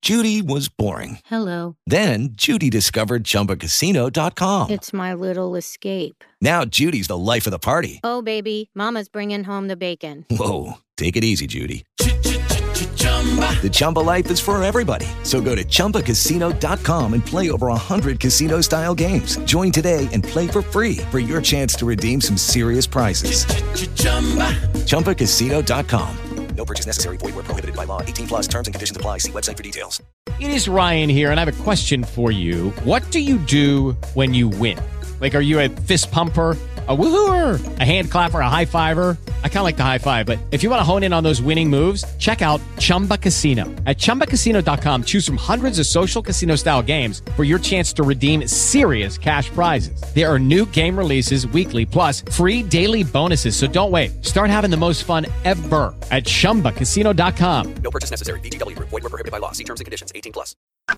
Judy was boring. Hello. Then Judy discovered ChumbaCasino.com. It's my little escape. Now Judy's the life of the party. Oh, baby, mama's bringing home the bacon. Whoa, take it easy, Judy. The Chumba life is for everybody. So go to ChumbaCasino.com and play over 100 casino-style games. Join today and play for free for your chance to redeem some serious prizes. ChumbaCasino.com. No purchase necessary. Void where prohibited by law. 18 plus terms and conditions apply. See website for details. It is Ryan here, and I have a question for you. What do you do when you win? Like, are you a fist pumper, a woohooer, a hand clapper, a high fiver? I kind of like the high five, but if you want to hone in on those winning moves, check out Chumba Casino. At ChumbaCasino.com, choose from hundreds of social casino-style games for your chance to redeem serious cash prizes. There are new game releases weekly, plus free daily bonuses. So don't wait. Start having the most fun ever at ChumbaCasino.com. No purchase necessary. VGW. Void where prohibited by law. See terms and conditions. 18 plus.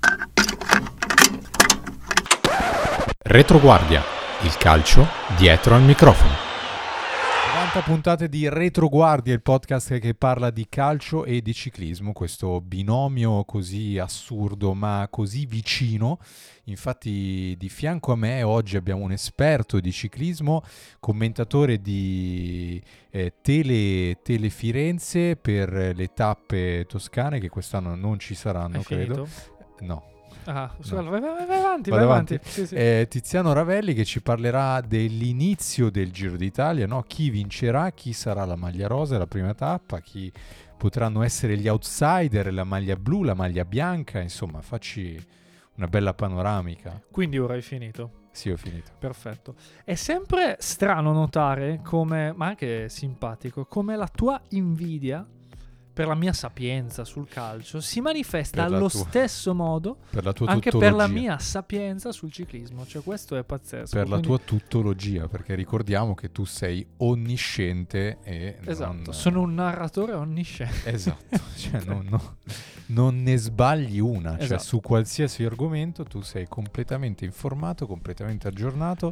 Retroguardia, il calcio dietro al microfono. 90 puntate di Retroguardia, il podcast che parla di calcio e di ciclismo, questo binomio così assurdo ma così vicino. Infatti di fianco a me oggi abbiamo un esperto di ciclismo, commentatore di Tele Firenze per le tappe toscane che quest'anno non ci saranno, credo. No. Ah, no. vai avanti. Sì. Tiziano Ravelli che ci parlerà dell'inizio del Giro d'Italia, no? Chi vincerà, chi sarà la maglia rosa, la prima tappa, chi potranno essere gli outsider, la maglia blu, la maglia bianca, insomma, facci una bella panoramica. Quindi ora hai finito? Sì, ho finito. Perfetto. È sempre strano notare come, ma anche simpatico, come la tua invidia per la mia sapienza sul calcio si manifesta allo stesso modo per la tua anche tuttologia. per la mia sapienza sul ciclismo. Cioè questo è pazzesco. Per la tua tuttologia, perché ricordiamo che tu sei onnisciente e esatto, sono un narratore onnisciente. Esatto, cioè non ne sbagli una, esatto. Cioè su qualsiasi argomento tu sei completamente informato, completamente aggiornato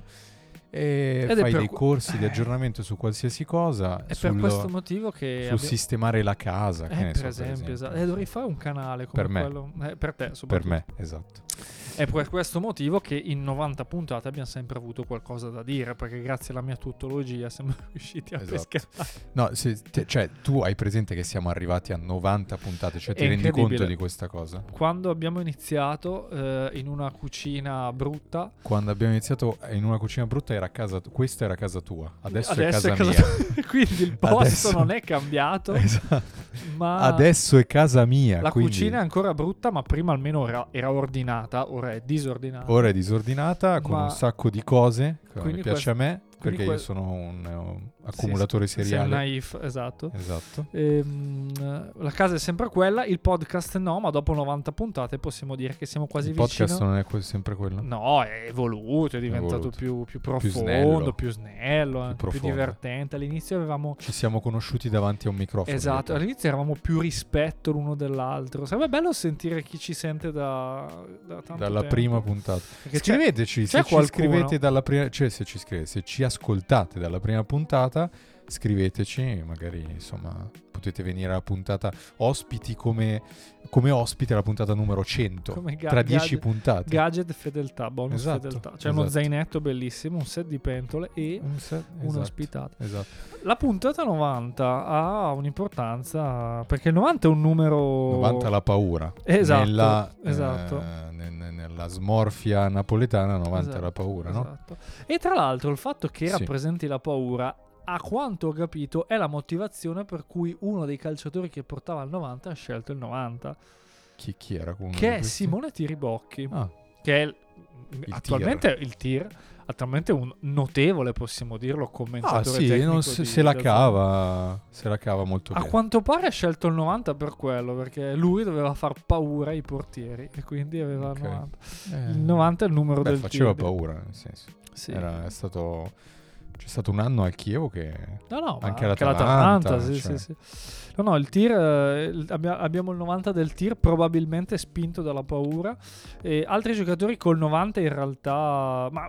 e fai dei corsi di aggiornamento su qualsiasi cosa. È per questo motivo che sistemare la casa, che ne so, per esempio. Esatto. Dovrei fare un canale come per me. quello per te soprattutto. Per me, esatto. È per questo motivo che in 90 puntate abbiamo sempre avuto qualcosa da dire, perché grazie alla mia tuttologia siamo riusciti a pescare. No, cioè tu hai presente che siamo arrivati a 90 puntate, cioè ti rendi conto di questa cosa? Quando abbiamo iniziato in una cucina brutta. Quando abbiamo iniziato in una cucina brutta era casa, questa era casa tua, adesso è casa mia. Quindi il posto non è cambiato. Esatto. Ma adesso è casa mia. La quindi cucina è ancora brutta, ma prima almeno era ordinata, ora è disordinata. Ora è disordinata con un sacco di cose, come piace a me, perché io sono un accumulatore seriale. Sei un naif, esatto. Esatto. La casa è sempre quella, il podcast no, ma dopo 90 puntate possiamo dire che siamo quasi vicini. Il podcast non è sempre quello? No, è evoluto, è diventato più profondo, più snello, più divertente. All'inizio ci siamo conosciuti davanti a un microfono. Esatto, all'inizio eravamo più rispetto l'uno dell'altro. Sarebbe bello sentire chi ci sente dalla prima puntata. Perché scriveteci, se ci scrivete dalla prima, cioè se ci ascoltate dalla prima puntata, scriveteci, magari insomma potete venire alla puntata ospiti come ospite alla puntata numero 100 tra 10 puntate. Gadget fedeltà, bonus fedeltà. C'è uno zainetto bellissimo, un set di pentole e un'ospitata. Esatto. La puntata 90 ha un'importanza perché il 90 è un numero 90 la paura. Esatto. Nella smorfia napoletana 90 è la paura, no? E tra l'altro il fatto che rappresenti la paura, a quanto ho capito, è la motivazione per cui uno dei calciatori che portava il 90 ha scelto il 90. Chi era? Che è Simone Tiribocchi, che è attualmente il tir, attualmente un notevole, possiamo dirlo, commentatore tecnico. Se la cava molto bene. A quanto pare ha scelto il 90 per quello, perché lui doveva far paura ai portieri e quindi aveva il 90. Il 90 è il numero del faceva tir. paura, nel senso. Sì. C'è stato un anno al Chievo che anche l'Atalanta, sì. No, il tir abbiamo il 90 del tir, probabilmente spinto dalla paura. E altri giocatori col 90 in realtà, ma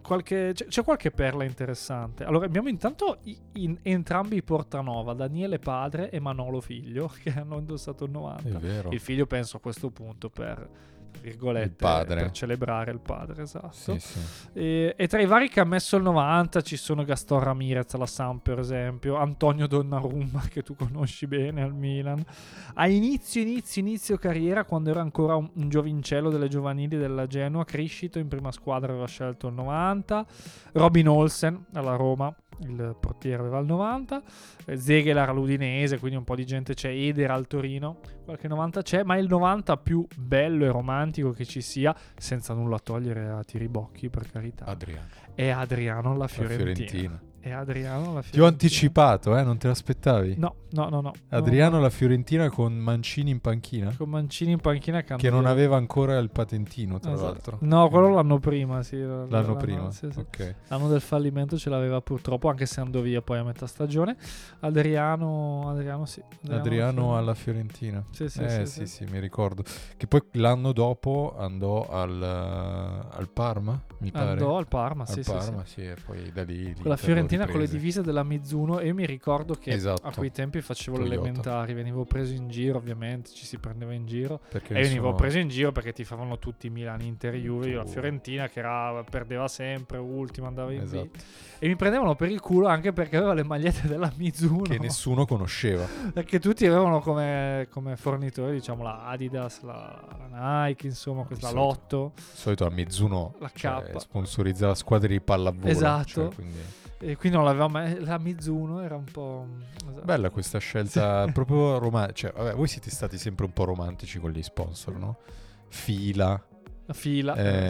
c'è qualche perla interessante. Allora, abbiamo intanto entrambi i Portanova, Daniele padre e Manolo figlio, che hanno indossato il 90. È vero. Il figlio penso a questo punto per virgolette, il padre, per celebrare il padre, esatto. Sì, sì. E tra i vari che ha messo il 90 ci sono Gaston Ramirez alla Samp, per esempio, Antonio Donnarumma, che tu conosci bene al Milan, a inizio carriera, quando era ancora un giovincello delle giovanili della Genoa, Criscito in prima squadra aveva scelto il 90, Robin Olsen alla Roma, il portiere, aveva il 90, Zegelar all'Udinese, quindi un po' di gente c'è, Eder al Torino, qualche 90 c'è, ma il 90 più bello e romantico che ci sia, senza nulla togliere a Tiribocchi, per carità, è Adriano alla Fiorentina. È Adriano alla Fiorentina. Ti ho anticipato, non te l'aspettavi? No. Adriano alla Fiorentina con Mancini in panchina? Con Mancini in panchina che non aveva ancora il patentino, tra l'altro. No, quello l'anno prima, sì. L'anno prima, sì. ok. L'anno del fallimento ce l'aveva purtroppo, anche se andò via poi a metà stagione. Adriano sì. Adriano alla Fiorentina. Sì, mi ricordo. Che poi l'anno dopo andò al Parma, mi pare. Andò al Parma, sì. E poi da lì con la Fiorentina con le divise della Mizuno, e io mi ricordo che esatto. a quei tempi facevo Toyota. le elementari, venivo preso in giro, ovviamente ci si prendeva in giro, perché e venivo preso in giro perché ti favano tutti Milan, Inter, Juve, io la Fiorentina che perdeva sempre, ultima, andava in B, e mi prendevano per il culo anche perché aveva le magliette della Mizuno che nessuno conosceva, perché tutti avevano come fornitori, diciamo, la Adidas, la Nike, insomma, questa Lotto. Di solito la Mizuno la K sponsorizzava squadre di pallavolo, esatto, quindi... E quindi non l'aveva mai, la Mizuno era un po'... Esatto. Bella questa scelta proprio romantica. Cioè, voi siete stati sempre un po' romantici con gli sponsor, no? Fila. Sì.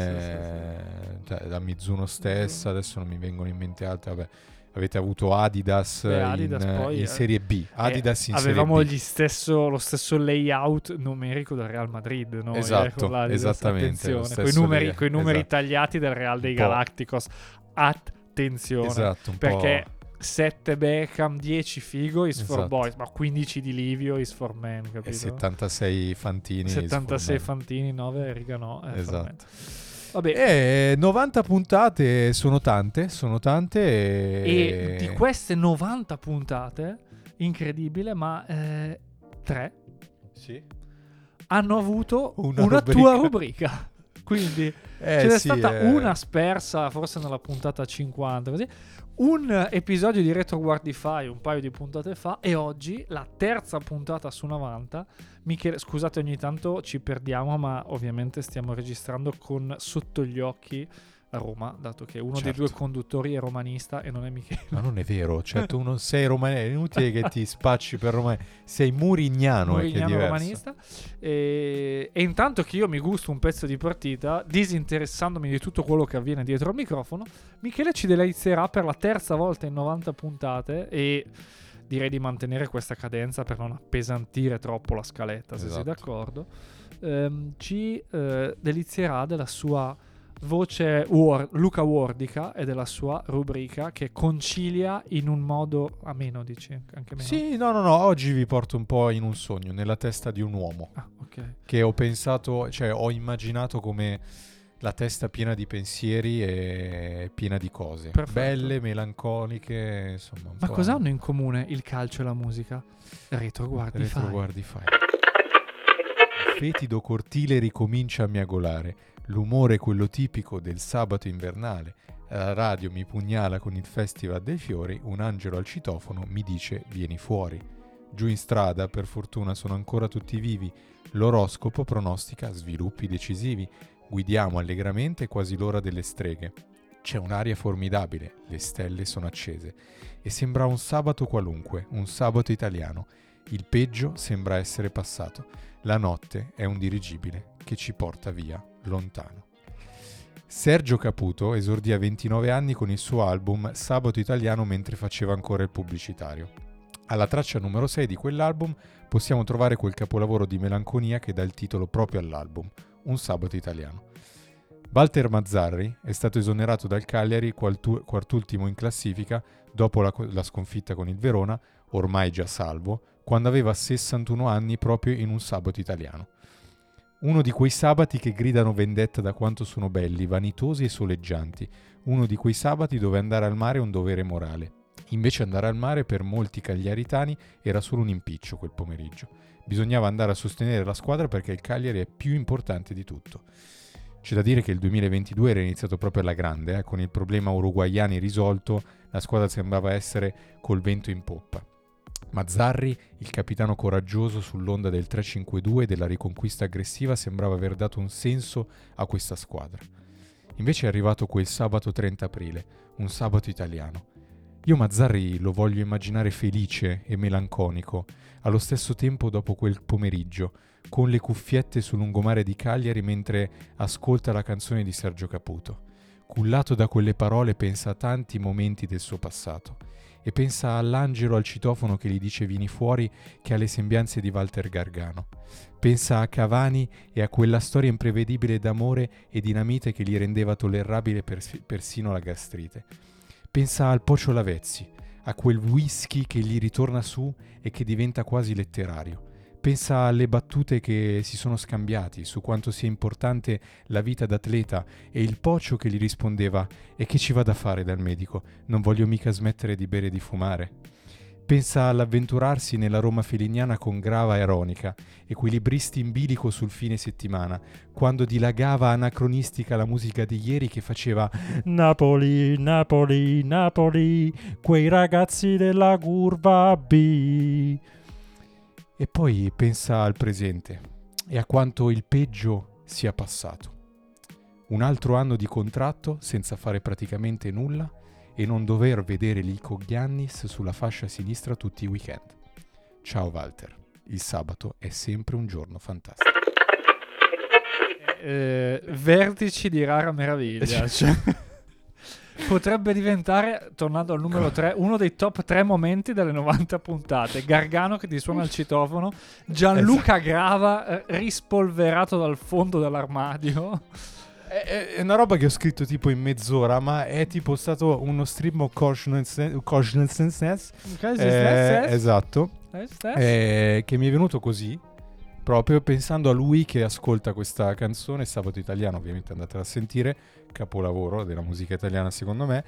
Cioè, la Mizuno stessa, adesso non mi vengono in mente altre, vabbè. Avete avuto Adidas, poi, in Serie B. Adidas in avevamo Serie B. Lo stesso layout numerico del Real Madrid, no? Esatto, esattamente. Coi numeri tagliati del Real dei Galacticos. Attenzione, esatto, un perché po'... 7 Beckham, 10 Figo is for esatto. boys, ma 15 di Livio is for men, capito? E 76 Fantini 76 Fantini, 9 Rigano, esatto. Vabbè. 90 puntate sono tante e di queste 90 puntate, incredibile, ma 3 hanno avuto una tua rubrica. Quindi ce n'è stata una spersa forse nella puntata 50, così, un episodio di Retroguardify un paio di puntate fa, e oggi la terza puntata su 90. Michele, scusate, ogni tanto ci perdiamo, ma ovviamente stiamo registrando con sotto gli occhi a Roma, dato che uno dei due conduttori è romanista e non è Michele. Ma non è vero, cioè tu non sei romanista, è inutile che ti spacci per Roma, sei murignano che è diverso. Romanista. E intanto che io mi gusto un pezzo di partita, disinteressandomi di tutto quello che avviene dietro al microfono, Michele ci delizierà per la terza volta in 90 puntate, e direi di mantenere questa cadenza per non appesantire troppo la scaletta, se sei d'accordo. Ci delizierà della sua voce Luca Wordica e della sua rubrica che concilia in un modo ameno, dici? Anche meno? Sì, no, oggi vi porto un po' in un sogno, nella testa di un uomo. Ok. Che ho pensato, cioè ho immaginato come la testa piena di pensieri e piena di cose. Perfetto. Belle, melancoliche, insomma. Ma cosa hanno in comune il calcio e la musica? Retroguardify. Il fetido cortile ricomincia a miagolare. L'umore è quello tipico del sabato invernale. La radio mi pugnala con il Festival dei Fiori. Un angelo al citofono mi dice vieni fuori. Giù in strada, per fortuna, sono ancora tutti vivi. L'oroscopo pronostica sviluppi decisivi. Guidiamo allegramente, quasi l'ora delle streghe. C'è un'aria formidabile, le stelle sono accese. E sembra un sabato qualunque, un sabato italiano. Il peggio sembra essere passato. La notte è un dirigibile che ci porta via lontano. Sergio Caputo esordì a 29 anni con il suo album Sabato Italiano mentre faceva ancora il pubblicitario. Alla traccia numero 6 di quell'album possiamo trovare quel capolavoro di melanconia che dà il titolo proprio all'album, Un Sabato Italiano. Walter Mazzarri è stato esonerato dal Cagliari, quartultimo in classifica, dopo la sconfitta con il Verona, ormai già salvo, quando aveva 61 anni proprio in Un Sabato Italiano. Uno di quei sabati che gridano vendetta da quanto sono belli, vanitosi e soleggianti. Uno di quei sabati dove andare al mare è un dovere morale. Invece andare al mare per molti cagliaritani era solo un impiccio quel pomeriggio. Bisognava andare a sostenere la squadra perché il Cagliari è più importante di tutto. C'è da dire che il 2022 era iniziato proprio alla grande, con il problema uruguaiani risolto, la squadra sembrava essere col vento in poppa. Mazzarri, il capitano coraggioso sull'onda del 3-5-2 e della riconquista aggressiva, sembrava aver dato un senso a questa squadra. Invece è arrivato quel sabato 30 aprile, un sabato italiano. Io Mazzarri lo voglio immaginare felice e melanconico, allo stesso tempo dopo quel pomeriggio, con le cuffiette sul lungomare di Cagliari mentre ascolta la canzone di Sergio Caputo. Cullato da quelle parole pensa a tanti momenti del suo passato e pensa all'angelo al citofono che gli dice vieni fuori, che ha le sembianze di Walter Gargano. Pensa a Cavani e a quella storia imprevedibile d'amore e dinamite che gli rendeva tollerabile persino la gastrite. Pensa al Pocio Lavezzi, a quel whisky che gli ritorna su e che diventa quasi letterario. Pensa alle battute che si sono scambiati su quanto sia importante la vita d'atleta e il Pocio che gli rispondeva «E che ci vado a fare dal medico? Non voglio mica smettere di bere e di fumare». Pensa all'avventurarsi nella Roma felignana con grava ironica, equilibristi in bilico sul fine settimana, quando dilagava anacronistica la musica di ieri che faceva «Napoli, Napoli, Napoli, quei ragazzi della curva B». E poi pensa al presente e a quanto il peggio sia passato. Un altro anno di contratto senza fare praticamente nulla e non dover vedere Lico Giannis sulla fascia sinistra tutti i weekend. Ciao Walter, il sabato è sempre un giorno fantastico. Vertici di rara meraviglia. Cioè, potrebbe diventare, tornando al numero 3, uno dei top 3 momenti delle 90 puntate. Gargano che ti suona il citofono, Gianluca Grava rispolverato dal fondo dell'armadio. È una roba che ho scritto tipo in mezz'ora, ma è tipo stato uno stream of consciousness. Esatto. Che mi è venuto così, proprio pensando a lui che ascolta questa canzone, Sabato Italiano, ovviamente andatela a sentire, capolavoro della musica italiana secondo me.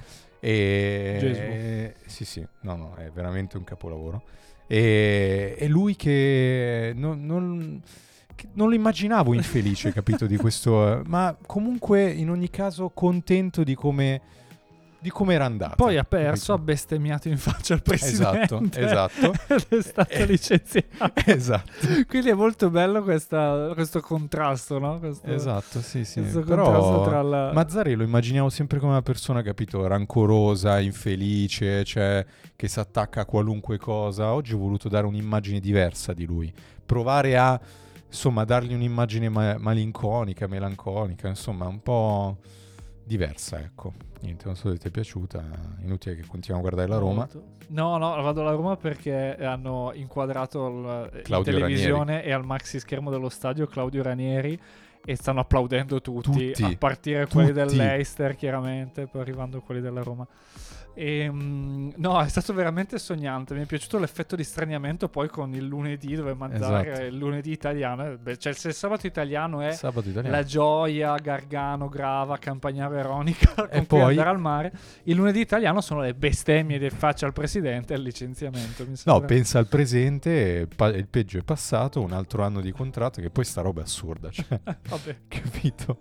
Sì, no, è veramente un capolavoro. E lui che non lo immaginavo infelice, capito, di questo, ma comunque in ogni caso contento di come era andata. Poi ha perso, ha bestemmiato in faccia al presidente. Esatto. Ed è stato licenziato. Esatto. Quindi è molto bello questo contrasto, no? Esatto, sì. Questo però contrasto tra la... Mazzarri lo immaginiamo sempre come una persona, capito, rancorosa, infelice, cioè che si attacca a qualunque cosa. Oggi ho voluto dare un'immagine diversa di lui, provare a dargli un'immagine malinconica, melanconica, insomma, un po' diversa, ecco. Niente, non so se ti è piaciuta, inutile che continuiamo a guardare la Roma. No, vado alla Roma perché hanno inquadrato in Ranieri. televisione e al maxi schermo dello stadio Claudio Ranieri e stanno applaudendo tutti. A partire quelli dell'Eister, chiaramente, poi arrivando quelli della Roma. No, è stato veramente sognante. Mi è piaciuto l'effetto di straniamento poi con il lunedì dove Mazzarri è il lunedì italiano. Cioè il sabato italiano è la gioia, Gargano, Grava, Campagnaro ironica con cui andare al mare. Il lunedì italiano sono le bestemmie di faccia al presidente e il licenziamento. No, pensa al presente, il peggio è passato, un altro anno di contratto, che poi sta roba è assurda, cioè, vabbè. capito?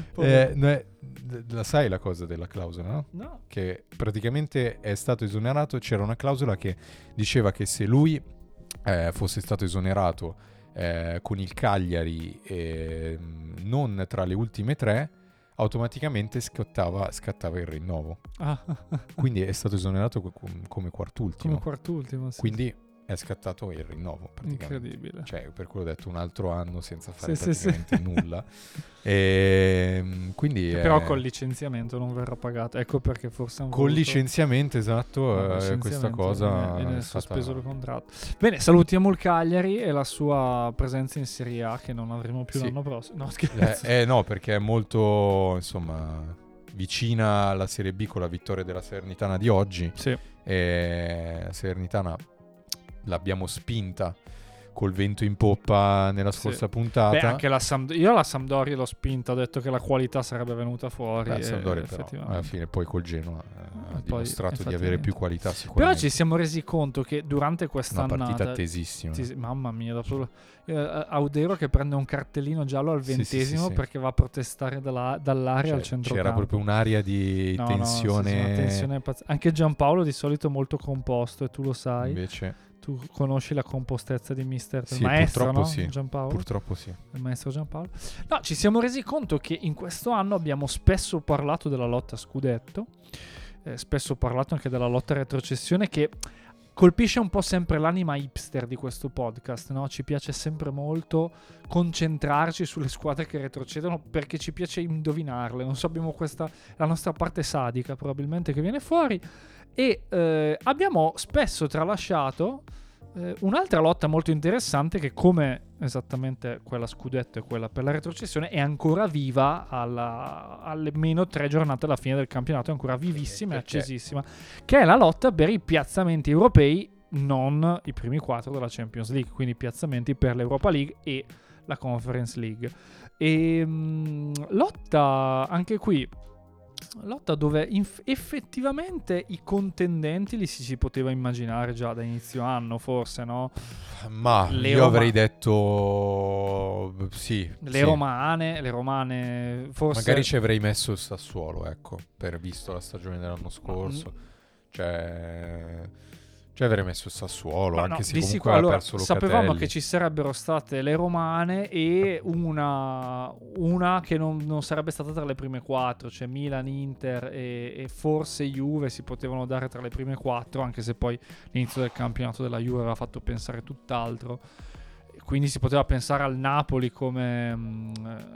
La sai la cosa della clausola, no? Che praticamente è stato esonerato. C'era una clausola che diceva che se lui fosse stato esonerato con il Cagliari non tra le ultime 3, automaticamente scattava il rinnovo. Quindi è stato esonerato come quartultimo. Sì. Quindi è scattato il rinnovo praticamente. Incredibile. Cioè, per quello ho detto un altro anno senza fare praticamente nulla. Quindi però col licenziamento non verrà pagato. Ecco perché forse col licenziamento, esatto, questa cosa viene sospeso il contratto. Bene, salutiamo il Cagliari e la sua presenza in Serie A che non avremo più l'anno prossimo. No, scherzo. No, perché è molto, insomma, vicina alla Serie B con la vittoria della Salernitana di oggi. Sì. La Salernitana l'abbiamo spinta col vento in poppa nella scorsa puntata. Beh, anche io la Sampdoria l'ho spinta, ho detto che la qualità sarebbe venuta fuori. La Sampdoria però, alla fine poi col Genoa ha dimostrato di avere più qualità sicuramente. Però ci siamo resi conto che durante quest'annata, una partita tesissima, mamma mia, Audero che prende un cartellino giallo al 20° perché va a protestare dall'area al centrocampo. C'era proprio un'area di tensione, una tensione anche Giampaolo di solito molto composto, e tu lo sai. Invece tu conosci la compostezza di mister sì, maestro, purtroppo no? sì. Giampaolo? Purtroppo sì. Il maestro Giampaolo. No, ci siamo resi conto che in questo anno abbiamo spesso parlato della lotta a scudetto, spesso parlato anche della lotta a retrocessione, che colpisce un po' sempre l'anima hipster di questo podcast, no? Ci piace sempre molto concentrarci sulle squadre che retrocedono perché ci piace indovinarle, non so, abbiamo la nostra parte sadica probabilmente che viene fuori, e abbiamo spesso tralasciato un'altra lotta molto interessante che, come esattamente quella scudetto e quella per la retrocessione, è ancora viva alle meno 3 giornate alla fine del campionato, è ancora vivissima e accesissima, che è la lotta per i piazzamenti europei, non i primi 4 della Champions League, quindi piazzamenti per l'Europa League e la Conference League. E lotta anche qui, lotta dove effettivamente i contendenti li si poteva immaginare già da inizio anno, forse, no? Ma io avrei detto sì. Le romane forse. Magari ci avrei messo il Sassuolo, ecco, per visto la stagione dell'anno scorso. Cioè avrei messo il Sassuolo, anche se comunque aveva perso Locatelli. Sapevamo che ci sarebbero state le romane e una che non sarebbe stata tra le prime 4, cioè Milan, Inter e forse Juve si potevano dare tra le prime 4, anche se poi l'inizio del campionato della Juve aveva fatto pensare tutt'altro. Quindi si poteva pensare al Napoli come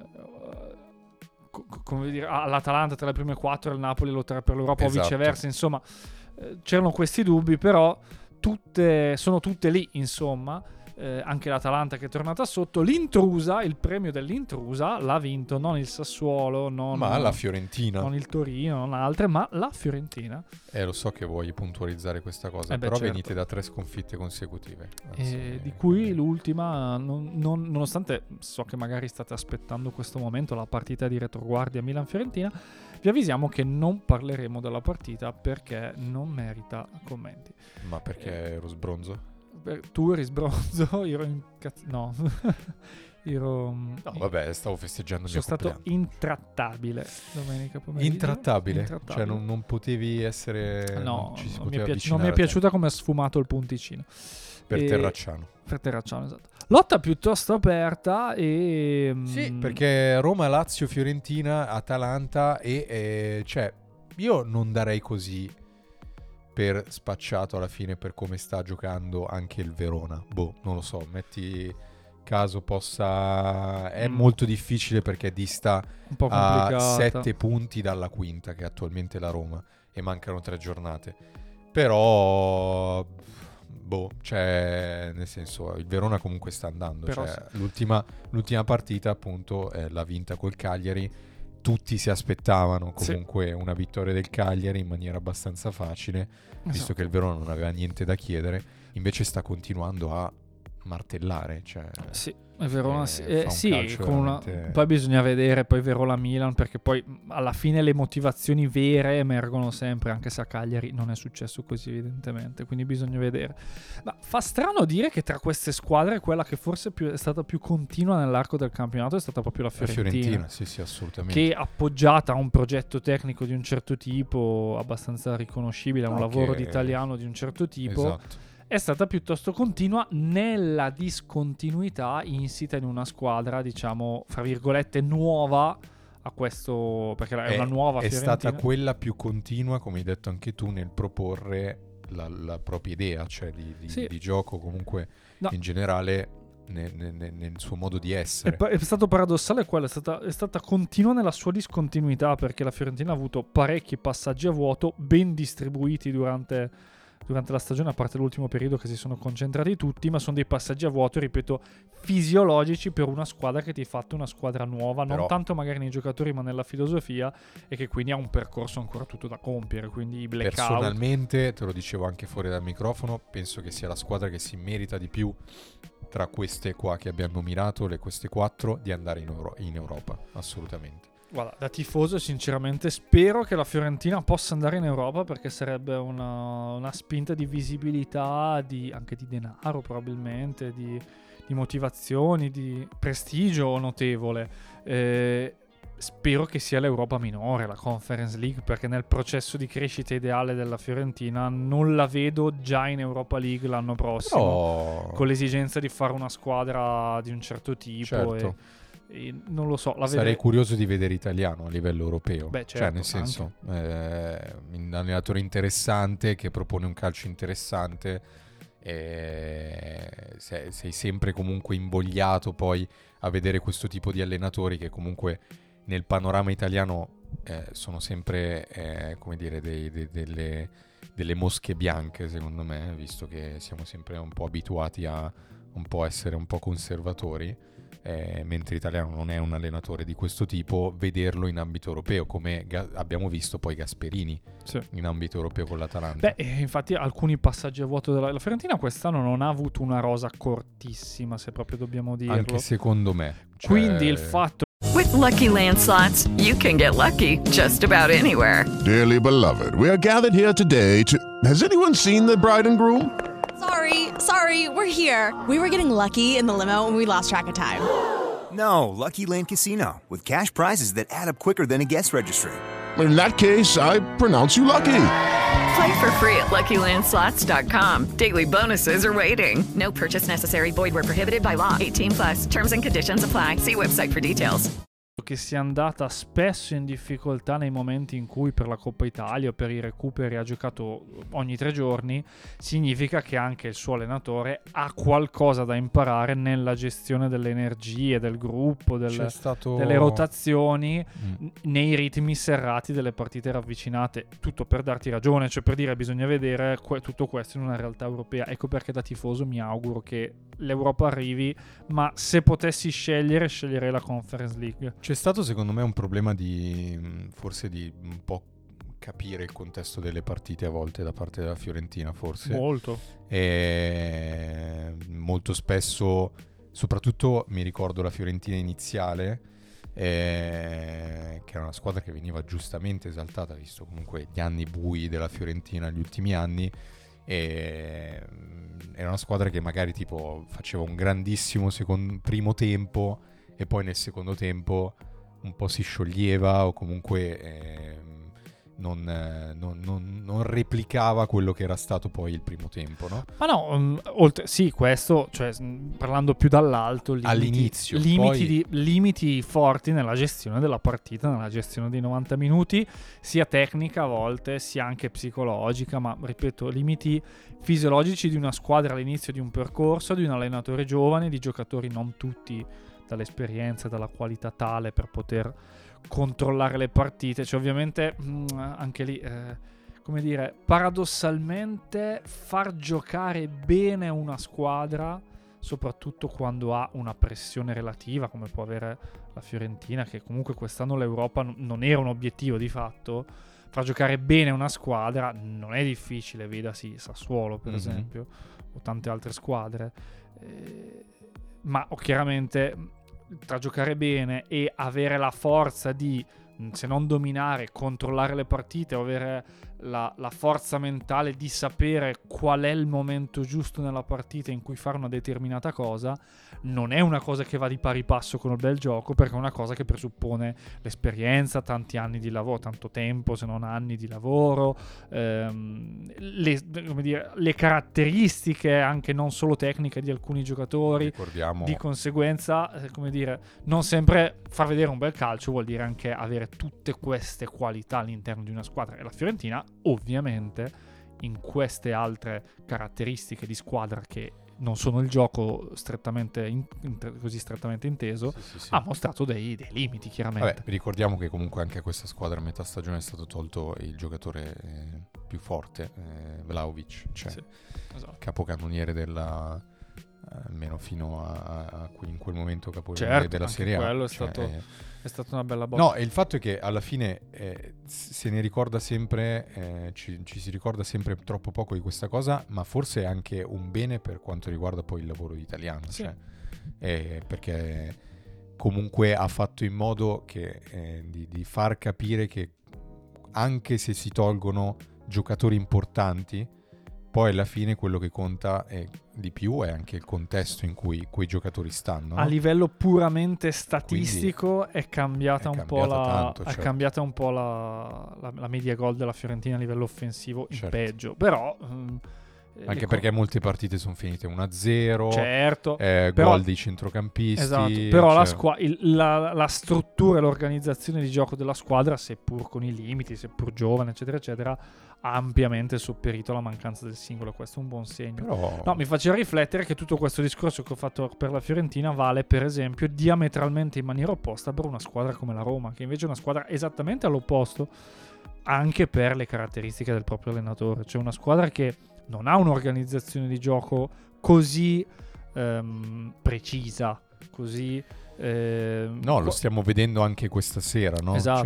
dire, all'Atalanta tra le prime 4 e il Napoli lottare per l'Europa, esatto, o viceversa, insomma. C'erano questi dubbi, però sono tutte lì, insomma. Anche l'Atalanta che è tornata sotto. Il premio dell'intrusa l'ha vinto non il Sassuolo, ma la Fiorentina, non il Torino, non altre, ma la Fiorentina. Lo so che vuoi puntualizzare questa cosa, però certo, venite da 3 sconfitte consecutive, di cui l'ultima, nonostante so che magari state aspettando questo momento, la partita di retroguardia Milan-Fiorentina, vi avvisiamo che non parleremo della partita perché non merita commenti. Ma perché ero sbronzo? Tu eri sbronzo, io ero no, vabbè, stavo festeggiando il mio compleanno. Sono stato intrattabile domenica pomeriggio. Intrattabile? Cioè non potevi essere... No, non mi è piaciuta come ha sfumato il punticino. Per Terracciano. Per Terracciano, esatto. Lotta piuttosto aperta e... Sì, perché Roma, Lazio, Fiorentina, Atalanta e cioè io non darei così per spacciato alla fine per come sta giocando anche il Verona. Non lo so, metti caso possa... È molto difficile perché dista un po' a 7 punti dalla quinta, che è attualmente la Roma, e mancano 3 giornate. Però... cioè, nel senso, il Verona comunque sta andando. Però cioè, l'ultima partita, appunto, l'ha vinta col Cagliari. Tutti si aspettavano comunque una vittoria del Cagliari in maniera abbastanza facile, visto che il Verona non aveva niente da chiedere. Invece sta continuando a martellare, cioè sì, Verona sì, con poi bisogna vedere poi Verona-Milan, perché poi alla fine le motivazioni vere emergono sempre, anche se a Cagliari non è successo così evidentemente, quindi bisogna vedere. Ma fa strano dire che tra queste squadre quella che forse è stata più continua nell'arco del campionato è stata proprio la Fiorentina. Sì, assolutamente, che appoggiata a un progetto tecnico di un certo tipo abbastanza riconoscibile, a un lavoro di italiano di un certo tipo, esatto, è stata piuttosto continua nella discontinuità insita in una squadra, diciamo, fra virgolette, nuova a questo, perché è una nuova Fiorentina. È stata quella più continua, come hai detto anche tu, nel proporre la propria idea, cioè di gioco comunque in generale nel suo modo di essere. È stato paradossale quello, è stata continua nella sua discontinuità, perché la Fiorentina ha avuto parecchi passaggi a vuoto ben distribuiti durante durante la stagione, a parte l'ultimo periodo che si sono concentrati tutti, ma sono dei passaggi a vuoto, ripeto, fisiologici per una squadra che ti ha fatto una squadra nuova, non tanto magari nei giocatori ma nella filosofia, e che quindi ha un percorso ancora tutto da compiere, quindi i blackout. Personalmente, te lo dicevo anche fuori dal microfono, penso che sia la squadra che si merita di più tra queste qua che abbiamo nominato, queste 4, di andare in Europa, assolutamente. Guarda, da tifoso sinceramente spero che la Fiorentina possa andare in Europa, perché sarebbe una spinta di visibilità, anche di denaro probabilmente, di motivazioni, di prestigio notevole. Spero che sia l'Europa minore, la Conference League, perché nel processo di crescita ideale della Fiorentina non la vedo già in Europa League l'anno prossimo, con l'esigenza di fare una squadra di un certo tipo. Certo. E non lo so, sarei curioso di vedere Italiano a livello europeo. Beh, certo, cioè nel senso un allenatore interessante che propone un calcio interessante, sei sempre comunque invogliato poi a vedere questo tipo di allenatori che comunque nel panorama italiano sono sempre come dire delle mosche bianche, secondo me, visto che siamo sempre un po' abituati a un po' essere un po' conservatori. Mentre Italiano non è un allenatore di questo tipo, vederlo in ambito europeo, come abbiamo visto poi Gasperini in ambito europeo con l'Atalanta. Beh, infatti alcuni passaggi a vuoto della Fiorentina quest'anno non ha avuto una rosa cortissima, se proprio dobbiamo dirlo. Anche secondo me. Quindi il fatto... With Lucky Land Slots, you can get lucky just about anywhere. Dearly beloved, we are gathered here today to... Has anyone seen the bride and groom? Sorry, we're here. We were getting lucky in the limo and we lost track of time. No, Lucky Land Casino, with cash prizes that add up quicker than a guest registry. In that case, I pronounce you lucky. Play for free at LuckyLandSlots.com. Daily bonuses are waiting. No purchase necessary. Void where prohibited by law. 18+. Terms and conditions apply. See website for details. Che sia andata spesso in difficoltà nei momenti in cui per la Coppa Italia o per i recuperi ha giocato ogni 3 giorni, significa che anche il suo allenatore ha qualcosa da imparare nella gestione delle energie, del gruppo, delle rotazioni, nei ritmi serrati delle partite ravvicinate. Tutto per darti ragione, cioè per dire bisogna vedere tutto questo in una realtà europea. Ecco perché da tifoso mi auguro che l'Europa arrivi, ma se potessi sceglierei la Conference League. C'è stato secondo me un problema forse di un po' capire il contesto delle partite a volte da parte della Fiorentina, forse. Molto. E molto spesso, soprattutto mi ricordo la Fiorentina iniziale, che era una squadra che veniva giustamente esaltata, visto comunque gli anni bui della Fiorentina, gli ultimi anni, e era una squadra che magari tipo faceva un grandissimo primo tempo e poi nel secondo tempo un po' si scioglieva o comunque non replicava quello che era stato poi il primo tempo, no? Ma no, oltre sì, questo, cioè parlando più dall'alto, all'inizio, limiti forti nella gestione della partita, nella gestione dei 90 minuti, sia tecnica a volte, sia anche psicologica, ma ripeto, limiti fisiologici di una squadra all'inizio di un percorso, di un allenatore giovane, di giocatori non tutti dall'esperienza e dalla qualità tale per poter controllare le partite. Cioè ovviamente anche lì come dire, paradossalmente far giocare bene una squadra, soprattutto quando ha una pressione relativa come può avere la Fiorentina, che comunque quest'anno l'Europa non era un obiettivo di fatto, far giocare bene una squadra non è difficile, vedasi Sassuolo per esempio o tante altre squadre, ma chiaramente tra giocare bene e avere la forza di, se non dominare, controllare le partite, o avere la forza mentale di sapere qual è il momento giusto nella partita in cui fare una determinata cosa, non è una cosa che va di pari passo con il bel gioco, perché è una cosa che presuppone l'esperienza, tanti anni di lavoro, tanto tempo se non anni di lavoro, le caratteristiche anche non solo tecniche di alcuni giocatori. Ricordiamo. Di conseguenza, non sempre far vedere un bel calcio vuol dire anche avere tutte queste qualità all'interno di una squadra, e la Fiorentina ovviamente in queste altre caratteristiche di squadra che non sono il gioco strettamente così strettamente inteso, sì. ha mostrato dei limiti, chiaramente. Vabbè, ricordiamo che comunque anche a questa squadra a metà stagione è stato tolto il giocatore più forte, Vlahovic, cioè esatto. capocannoniere della almeno fino a in quel momento capocannoniere della Serie A. Quello è stata una bella botta. No, e il fatto è che alla fine se ne ricorda sempre, ci si ricorda sempre troppo poco di questa cosa, ma forse è anche un bene per quanto riguarda poi il lavoro italiano, cioè, perché comunque ha fatto in modo che di far capire che anche se si tolgono giocatori importanti, poi alla fine quello che conta di più è anche il contesto in cui quei giocatori stanno, no? A livello puramente statistico è cambiata un po' la media gol della Fiorentina a livello offensivo in peggio, però anche perché molte partite sono finite 1-0, certo, gol dei centrocampisti, esatto, però la struttura e l'organizzazione di gioco della squadra, seppur con i limiti, seppur giovane, eccetera eccetera, ha ampiamente sopperito alla mancanza del singolo. Questo è un buon segno. Però... No, mi faceva riflettere che tutto questo discorso che ho fatto per la Fiorentina vale per esempio diametralmente in maniera opposta per una squadra come la Roma, che invece è una squadra esattamente all'opposto anche per le caratteristiche del proprio allenatore. Cioè una squadra che non ha un'organizzazione di gioco così precisa, così... no, lo stiamo vedendo anche questa sera, no? Esatto.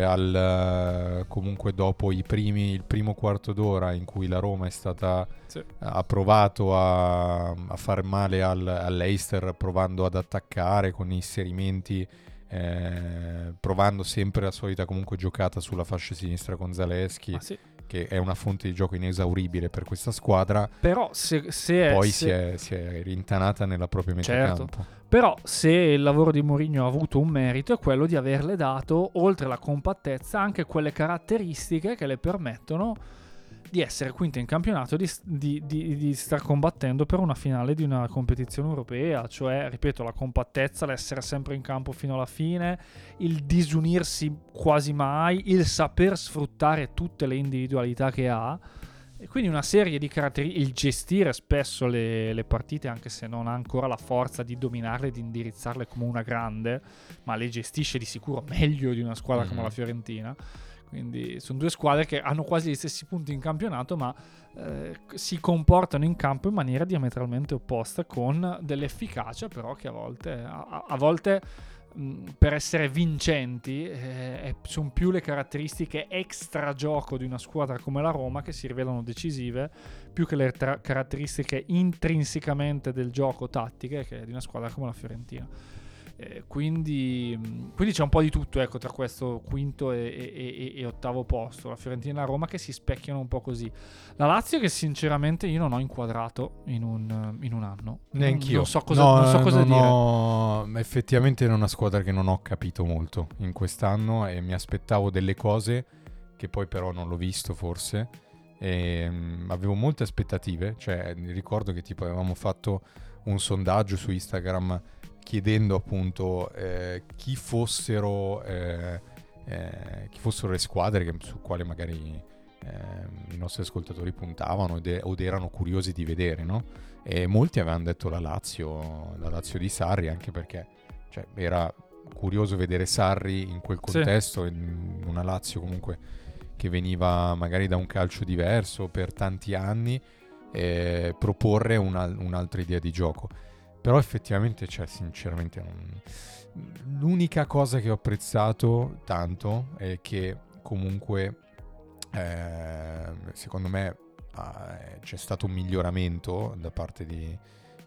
Cioè comunque dopo il primo quarto d'ora in cui la Roma è stata ha provato a far male all'Leicester, provando ad attaccare con inserimenti, provando sempre la solita comunque giocata sulla fascia sinistra con Zalewski, che è una fonte di gioco inesauribile per questa squadra. Però poi si è rintanata nella propria metà campo. Però se il lavoro di Mourinho ha avuto un merito è quello di averle dato, oltre alla compattezza, anche quelle caratteristiche che le permettono di essere quinta in campionato, di star combattendo per una finale di una competizione europea. Cioè, ripeto, la compattezza, l'essere sempre in campo fino alla fine, il disunirsi quasi mai, il saper sfruttare tutte le individualità che ha, e quindi una serie di caratteristiche, il gestire spesso le partite, anche se non ha ancora la forza di dominarle, di indirizzarle come una grande, ma le gestisce di sicuro meglio di una squadra come la Fiorentina. Quindi sono due squadre che hanno quasi gli stessi punti in campionato, ma si comportano in campo in maniera diametralmente opposta, con dell'efficacia però che a volte per essere vincenti sono più le caratteristiche extra gioco di una squadra come la Roma che si rivelano decisive, più che le caratteristiche intrinsecamente del gioco, tattiche, che di una squadra come la Fiorentina. Quindi c'è un po' di tutto, ecco, tra questo quinto e ottavo posto, la Fiorentina e la Roma, che si specchiano un po' così. La Lazio, che sinceramente io non ho inquadrato in un anno. Neanch'io. Non so cosa dire. Effettivamente è una squadra che non ho capito molto in quest'anno, e mi aspettavo delle cose che poi però non l'ho visto forse. Avevo molte aspettative, cioè ricordo che tipo avevamo fatto un sondaggio su Instagram chiedendo appunto chi fossero le squadre su quale magari i nostri ascoltatori puntavano od erano curiosi di vedere, no? E molti avevano detto la Lazio di Sarri, anche perché cioè, era curioso vedere Sarri in quel contesto, in una Lazio comunque che veniva magari da un calcio diverso per tanti anni, proporre un'altra idea di gioco. Però effettivamente, cioè, sinceramente l'unica cosa che ho apprezzato tanto è che comunque secondo me c'è stato un miglioramento da parte di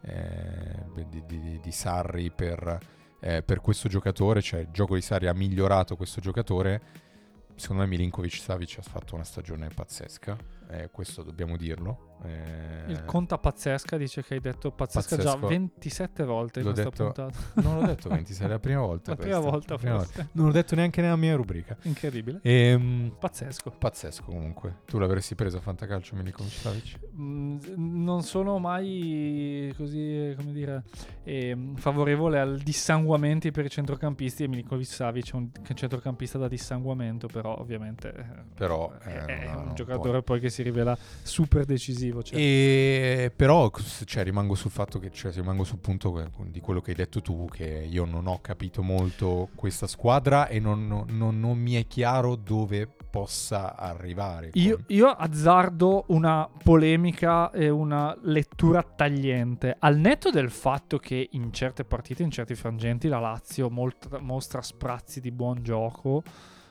Sarri per questo giocatore. Cioè il gioco di Sarri ha migliorato questo giocatore. Secondo me Milinkovic-Savic ha fatto una stagione pazzesca, questo dobbiamo dirlo. Il conta pazzesca, dice che hai detto pazzesca già 27 volte in questa puntata. Non l'ho detto 26, è la prima volta. La prima volta forse. Non l'ho detto neanche nella mia rubrica. Incredibile. Pazzesco comunque. Tu l'avresti preso a Fantacalcio Milinkovic-Savic? Non sono mai così, come dire, favorevole al dissanguamenti per i centrocampisti, e Milinkovic-Savic è un centrocampista da dissanguamento, però ovviamente è un giocatore poi che si si rivela super decisivo. Certo. E però rimango sul fatto che rimango sul punto di quello che hai detto tu, che io non ho capito molto questa squadra e non mi è chiaro dove possa arrivare. Io azzardo una polemica e una lettura tagliente, al netto del fatto che in certe partite, in certi frangenti, la Lazio mostra sprazzi di buon gioco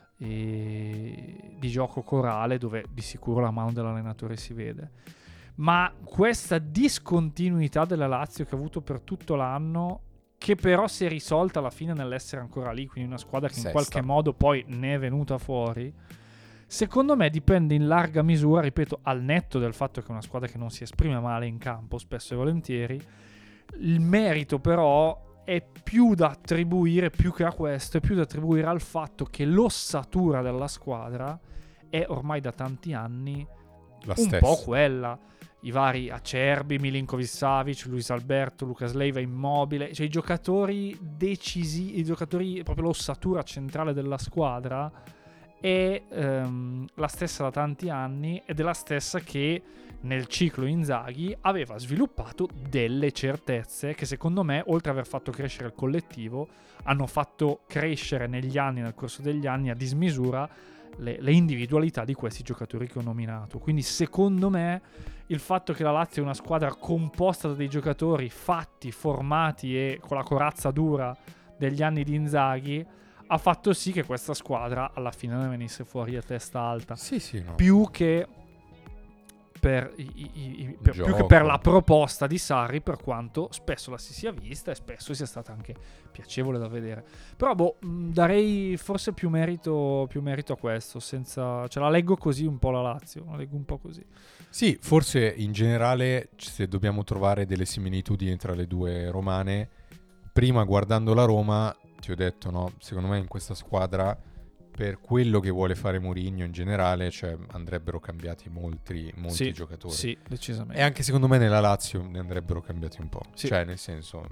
e di gioco corale, dove di sicuro la mano dell'allenatore si vede, ma questa discontinuità della Lazio che ha avuto per tutto l'anno, che però si è risolta alla fine nell'essere ancora lì, quindi una squadra che in qualche modo poi ne è venuta fuori, secondo me dipende in larga misura, ripeto, al netto del fatto che è una squadra che non si esprime male in campo spesso e volentieri. Il merito però è più da attribuire, più che a questo, è più da attribuire al fatto che l'ossatura della squadra è ormai da tanti anni po' quella. I vari Acerbi, Milinkovic-Savic, Luis Alberto, Lucas Leiva, Immobile, cioè i giocatori decisivi, i giocatori, proprio l'ossatura centrale della squadra è la stessa da tanti anni, ed è la stessa che nel ciclo Inzaghi aveva sviluppato delle certezze che secondo me, oltre ad aver fatto crescere il collettivo, hanno fatto crescere nel corso degli anni a dismisura le individualità di questi giocatori che ho nominato. Quindi secondo me il fatto che la Lazio è una squadra composta da dei giocatori fatti, formati e con la corazza dura degli anni di Inzaghi ha fatto sì che questa squadra alla fine ne venisse fuori a testa alta. No. Più che per la proposta di Sarri, per quanto spesso la si sia vista e spesso sia stata anche piacevole da vedere. Però darei forse più merito a questo, la leggo così un po' la Lazio, la leggo un po' così. Sì, forse in generale, se dobbiamo trovare delle similitudini tra le due romane, prima guardando la Roma ti ho detto, no, secondo me in questa squadra, per quello che vuole fare Mourinho in generale, andrebbero cambiati molti giocatori. Sì, decisamente. E anche secondo me nella Lazio ne andrebbero cambiati un po'. Sì. Nel senso,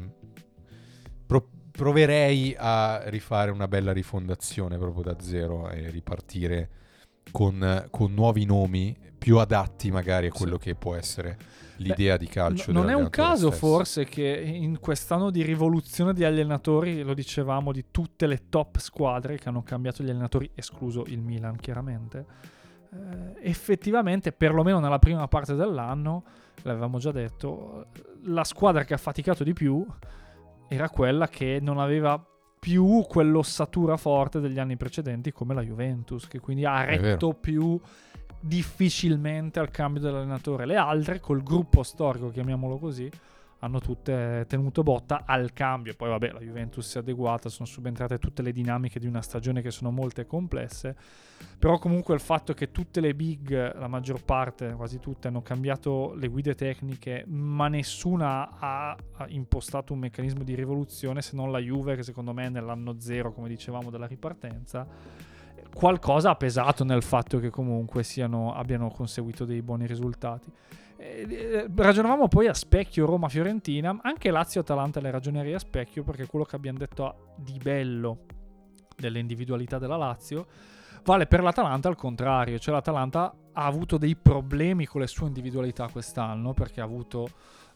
proverei a rifare una bella rifondazione proprio da zero e ripartire con nuovi nomi più adatti magari a quello che può essere l'idea di calcio. Non è un caso forse che in quest'anno di rivoluzione di allenatori, lo dicevamo, di tutte le top squadre che hanno cambiato gli allenatori, escluso il Milan chiaramente, effettivamente perlomeno nella prima parte dell'anno, l'avevamo già detto, la squadra che ha faticato di più era quella che non aveva più quell'ossatura forte degli anni precedenti, come la Juventus, che quindi ha retto più difficilmente al cambio dell'allenatore. Le altre, col gruppo storico, chiamiamolo così, hanno tutte tenuto botta al cambio. Poi vabbè, la Juventus si è adeguata, sono subentrate tutte le dinamiche di una stagione che sono molte e complesse, però comunque il fatto che tutte le big, la maggior parte, quasi tutte, hanno cambiato le guide tecniche, ma nessuna ha impostato un meccanismo di rivoluzione, se non la Juve, che secondo me è nell'anno zero, come dicevamo, della ripartenza. Qualcosa ha pesato nel fatto che comunque abbiano conseguito dei buoni risultati. Ragionavamo poi a specchio Roma-Fiorentina, anche Lazio-Atalanta le ragionerei a specchio, perché quello che abbiamo detto di bello delle individualità della Lazio vale per l'Atalanta al contrario, cioè l'Atalanta ha avuto dei problemi con le sue individualità quest'anno, perché ha avuto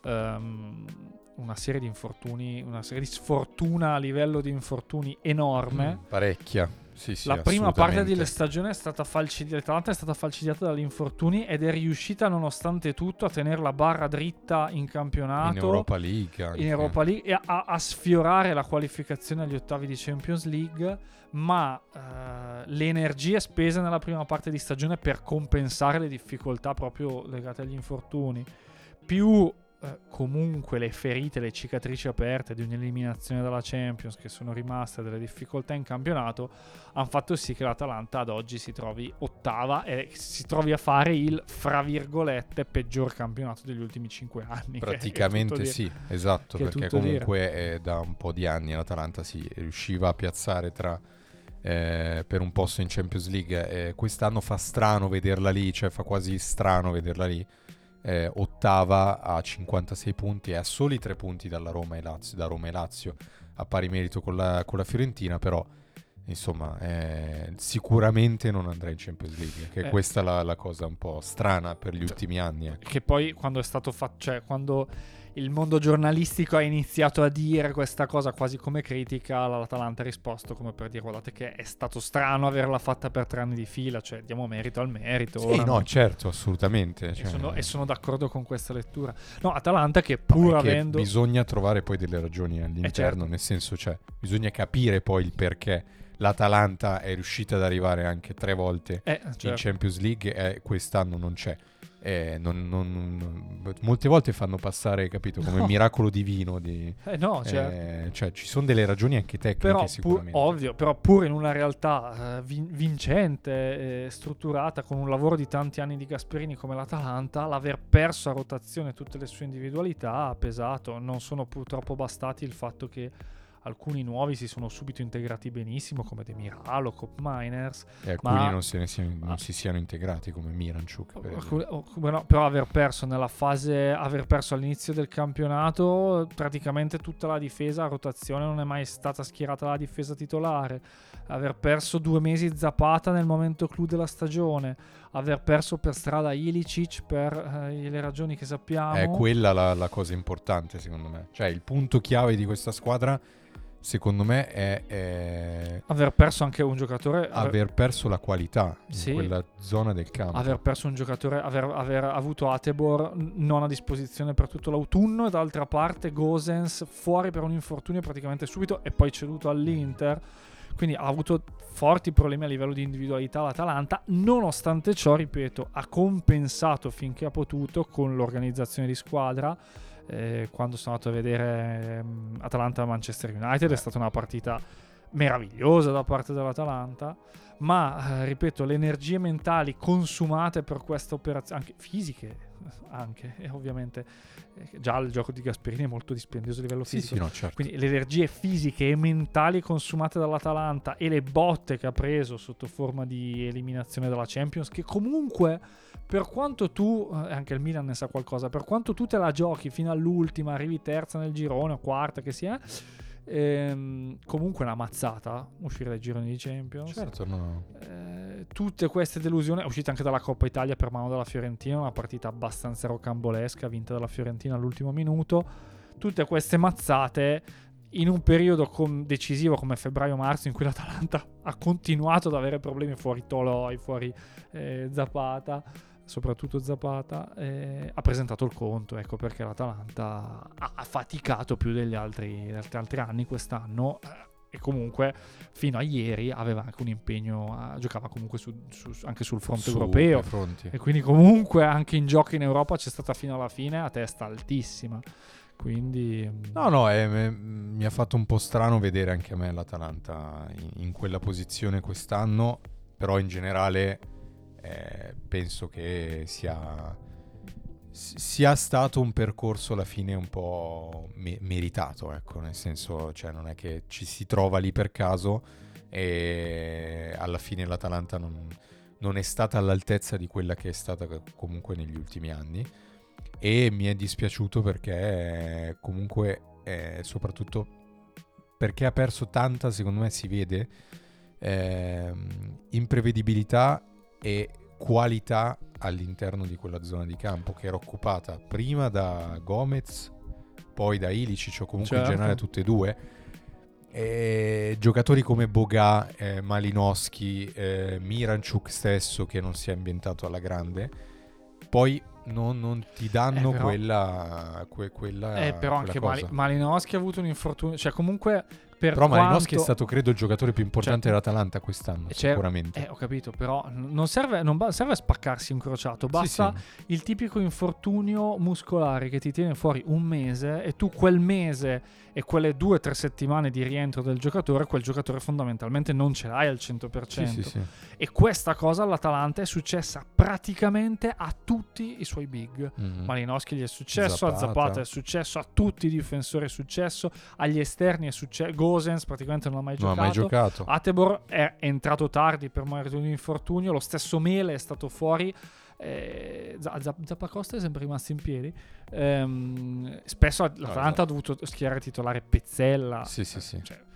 una serie di infortuni, una serie di sfortuna a livello di infortuni enorme. Parecchia. Sì, la prima parte della stagione è stata l'Atalanta è stata falcidiata dagli infortuni ed è riuscita nonostante tutto a tenere la barra dritta in campionato, in Europa League e a sfiorare la qualificazione agli ottavi di Champions League, ma le energie spese nella prima parte di stagione per compensare le difficoltà proprio legate agli infortuni, più comunque le ferite, le cicatrici aperte di un'eliminazione dalla Champions che sono rimaste, delle difficoltà in campionato, hanno fatto sì che l'Atalanta ad oggi si trovi ottava e si trovi a fare il, fra virgolette, peggior campionato degli ultimi 5 anni. Praticamente sì, esatto, perché comunque da un po' di anni l'Atalanta si riusciva a piazzare per un posto in Champions League, quest'anno fa strano vederla lì, cioè fa quasi strano vederla lì. Ottava a 56 punti e a soli 3 punti da Roma e Lazio, a pari merito con la Fiorentina, però insomma, sicuramente non andrà in Champions League, che questa è la cosa un po' strana per gli ultimi anni. Che poi quando è stato fatto, cioè quando il mondo giornalistico ha iniziato a dire questa cosa quasi come critica, l'Atalanta ha risposto come per dire guardate che è stato strano averla fatta per 3 anni di fila, cioè diamo merito al merito. Sì, no, certo, assolutamente. E sono d'accordo con questa lettura. No, Atalanta che pur avendo... Bisogna trovare poi delle ragioni all'interno, certo. Nel senso, cioè, bisogna capire poi il perché l'Atalanta è riuscita ad arrivare anche 3 volte certo. in Champions League e quest'anno non c'è. Molte volte fanno passare, capito, come miracolo divino certo. cioè ci sono delle ragioni anche tecniche sicuramente. Ovvio, però pur in una realtà vincente, strutturata, con un lavoro di tanti anni di Gasperini come l'Atalanta, l'aver perso a rotazione tutte le sue individualità ha pesato. Non sono purtroppo bastati il fatto che alcuni nuovi si sono subito integrati benissimo come Demiral o Cop Miners, e alcuni non si siano integrati come Miranchuk però aver perso all'inizio del campionato praticamente tutta la difesa a rotazione, non è mai stata schierata la difesa titolare, aver perso 2 mesi Zapata nel momento clou della stagione, aver perso per strada Ilicic per le ragioni che sappiamo. È quella la cosa importante secondo me, cioè il punto chiave di questa squadra secondo me è aver perso anche un giocatore, aver perso la qualità in quella zona del campo, aver perso un giocatore, aver avuto Atebor non a disposizione per tutto l'autunno e d'altra parte Gosens fuori per un infortunio praticamente subito e poi ceduto all'Inter, quindi ha avuto forti problemi a livello di individualità l'Atalanta. Nonostante ciò, ripeto, ha compensato finché ha potuto con l'organizzazione di squadra. Quando sono andato a vedere Atalanta-Manchester United è stata una partita meravigliosa da parte dell'Atalanta, ma ripeto, le energie mentali consumate per questa operazione, anche fisiche anche, e ovviamente già il gioco di Gasperini è molto dispendioso a livello fisico, no, certo. Quindi le energie fisiche e mentali consumate dall'Atalanta e le botte che ha preso sotto forma di eliminazione dalla Champions, che comunque per quanto tu, anche il Milan ne sa qualcosa, per quanto tu te la giochi fino all'ultima, arrivi terza nel girone o quarta che sia, comunque una mazzata uscire dai gironi di Champions, certo, no. Tutte queste delusioni, è uscita anche dalla Coppa Italia per mano della Fiorentina, una partita abbastanza rocambolesca vinta dalla Fiorentina all'ultimo minuto, tutte queste mazzate in un periodo decisivo come febbraio-marzo in cui l'Atalanta ha continuato ad avere problemi fuori Toloi, fuori Zapata, soprattutto Zapata, ha presentato il conto, ecco perché l'Atalanta ha faticato più degli altri anni quest'anno, e comunque fino a ieri aveva anche un impegno, giocava comunque anche sul fronte europeo, e quindi comunque anche in gioco in Europa c'è stata fino alla fine a testa altissima. Quindi mi ha fatto un po' strano vedere anche a me l'Atalanta in quella posizione quest'anno, però in generale penso che sia stato un percorso alla fine un po' meritato, ecco, nel senso, cioè non è che ci si trova lì per caso e alla fine l'Atalanta non è stata all'altezza di quella che è stata comunque negli ultimi anni, e mi è dispiaciuto perché comunque soprattutto perché ha perso tanta, secondo me si vede, imprevedibilità e qualità all'interno di quella zona di campo che era occupata prima da Gomez, poi da Ilicic, o comunque in generale tutte e due, giocatori come Boga, Malinowski, Miranchuk stesso che non si è ambientato alla grande, poi non ti danno quella però anche Malinowski ha avuto un infortunio, cioè comunque però Malinowski è stato credo il giocatore più importante dell'Atalanta quest'anno, sicuramente. Ho capito, però non serve a spaccarsi un crociato, basta il tipico infortunio muscolare che ti tiene fuori un mese, e tu quel mese e quelle 2 o 3 settimane di rientro del giocatore, quel giocatore fondamentalmente non ce l'hai al 100%. E questa cosa all'Atalanta è successa praticamente a tutti i suoi big. Malinowski gli è successo, a Zapata è successo, a tutti i difensori è successo, agli esterni è successo, Gosens praticamente non ha mai giocato. Atebor è entrato tardi per merito di un infortunio, lo stesso Mele è stato fuori, Zappacosta è sempre rimasto in piedi, spesso l'Atalanta ha dovuto schierare titolare Pezzella,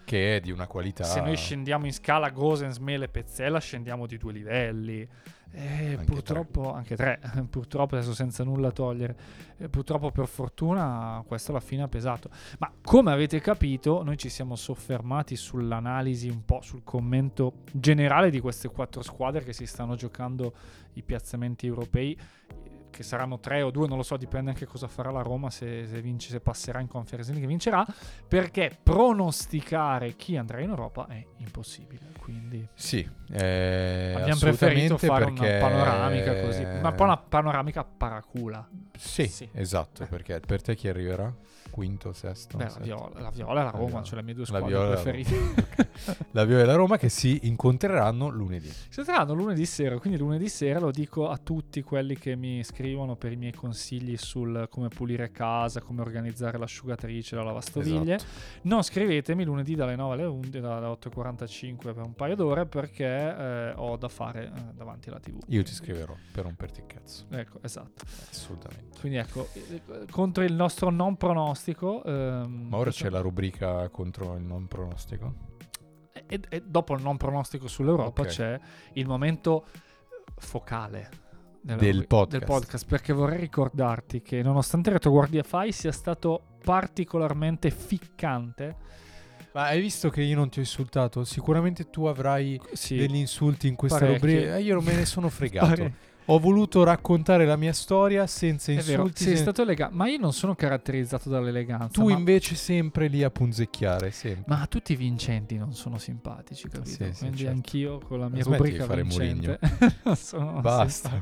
che è di una qualità. Se noi scendiamo in scala Gosens, Mele, Pezzella, scendiamo di 2 livelli. Purtroppo anche 3. Purtroppo, adesso senza nulla togliere, purtroppo per fortuna questo alla fine ha pesato. Ma come avete capito, noi ci siamo soffermati sull'analisi, un po' sul commento generale di queste 4 squadre che si stanno giocando i piazzamenti europei, che saranno 3 o 2, non lo so, dipende anche cosa farà la Roma, se vince, se passerà in Conference League, che vincerà, perché pronosticare chi andrà in Europa è impossibile. Quindi sì, abbiamo preferito fare una panoramica così, una panoramica paracula. Sì, esatto, perché per te chi arriverà? Quinto, sesto? Beh, la Viola e la Roma, cioè le mie 2 squadre preferite. La Viola e la Roma che si incontreranno lunedì. Si incontreranno lunedì sera, quindi lunedì sera lo dico a tutti quelli che mi scrivono per i miei consigli sul come pulire casa, come organizzare l'asciugatrice, la lavastoviglie. Esatto. Non scrivetemi lunedì dalle 9 alle 11, dalle 8:45 per un paio d'ore, perché ho da fare davanti alla TV. Io ti scriverò per romperti il cazzo. Ecco, esatto. Assolutamente. Quindi ecco, contro il nostro non pronostico. Ma ora c'è la rubrica contro il non pronostico? E dopo il non pronostico sull'Europa c'è il momento focale del podcast, perché vorrei ricordarti che nonostante Retroguardia Fai sia stato particolarmente ficcante. Ma hai visto che io non ti ho insultato? Sicuramente tu avrai degli insulti in questa rubrica. Io non me ne sono fregato. Ho voluto raccontare la mia storia senza insulti. È vero, sei stato elegante, ma io non sono caratterizzato dall'eleganza. Tu invece sempre lì a punzecchiare, sempre. Ma tutti i vincenti non sono simpatici, capito? Sì, quindi certo. Anch'io con la mia rubrica vincente sono basta.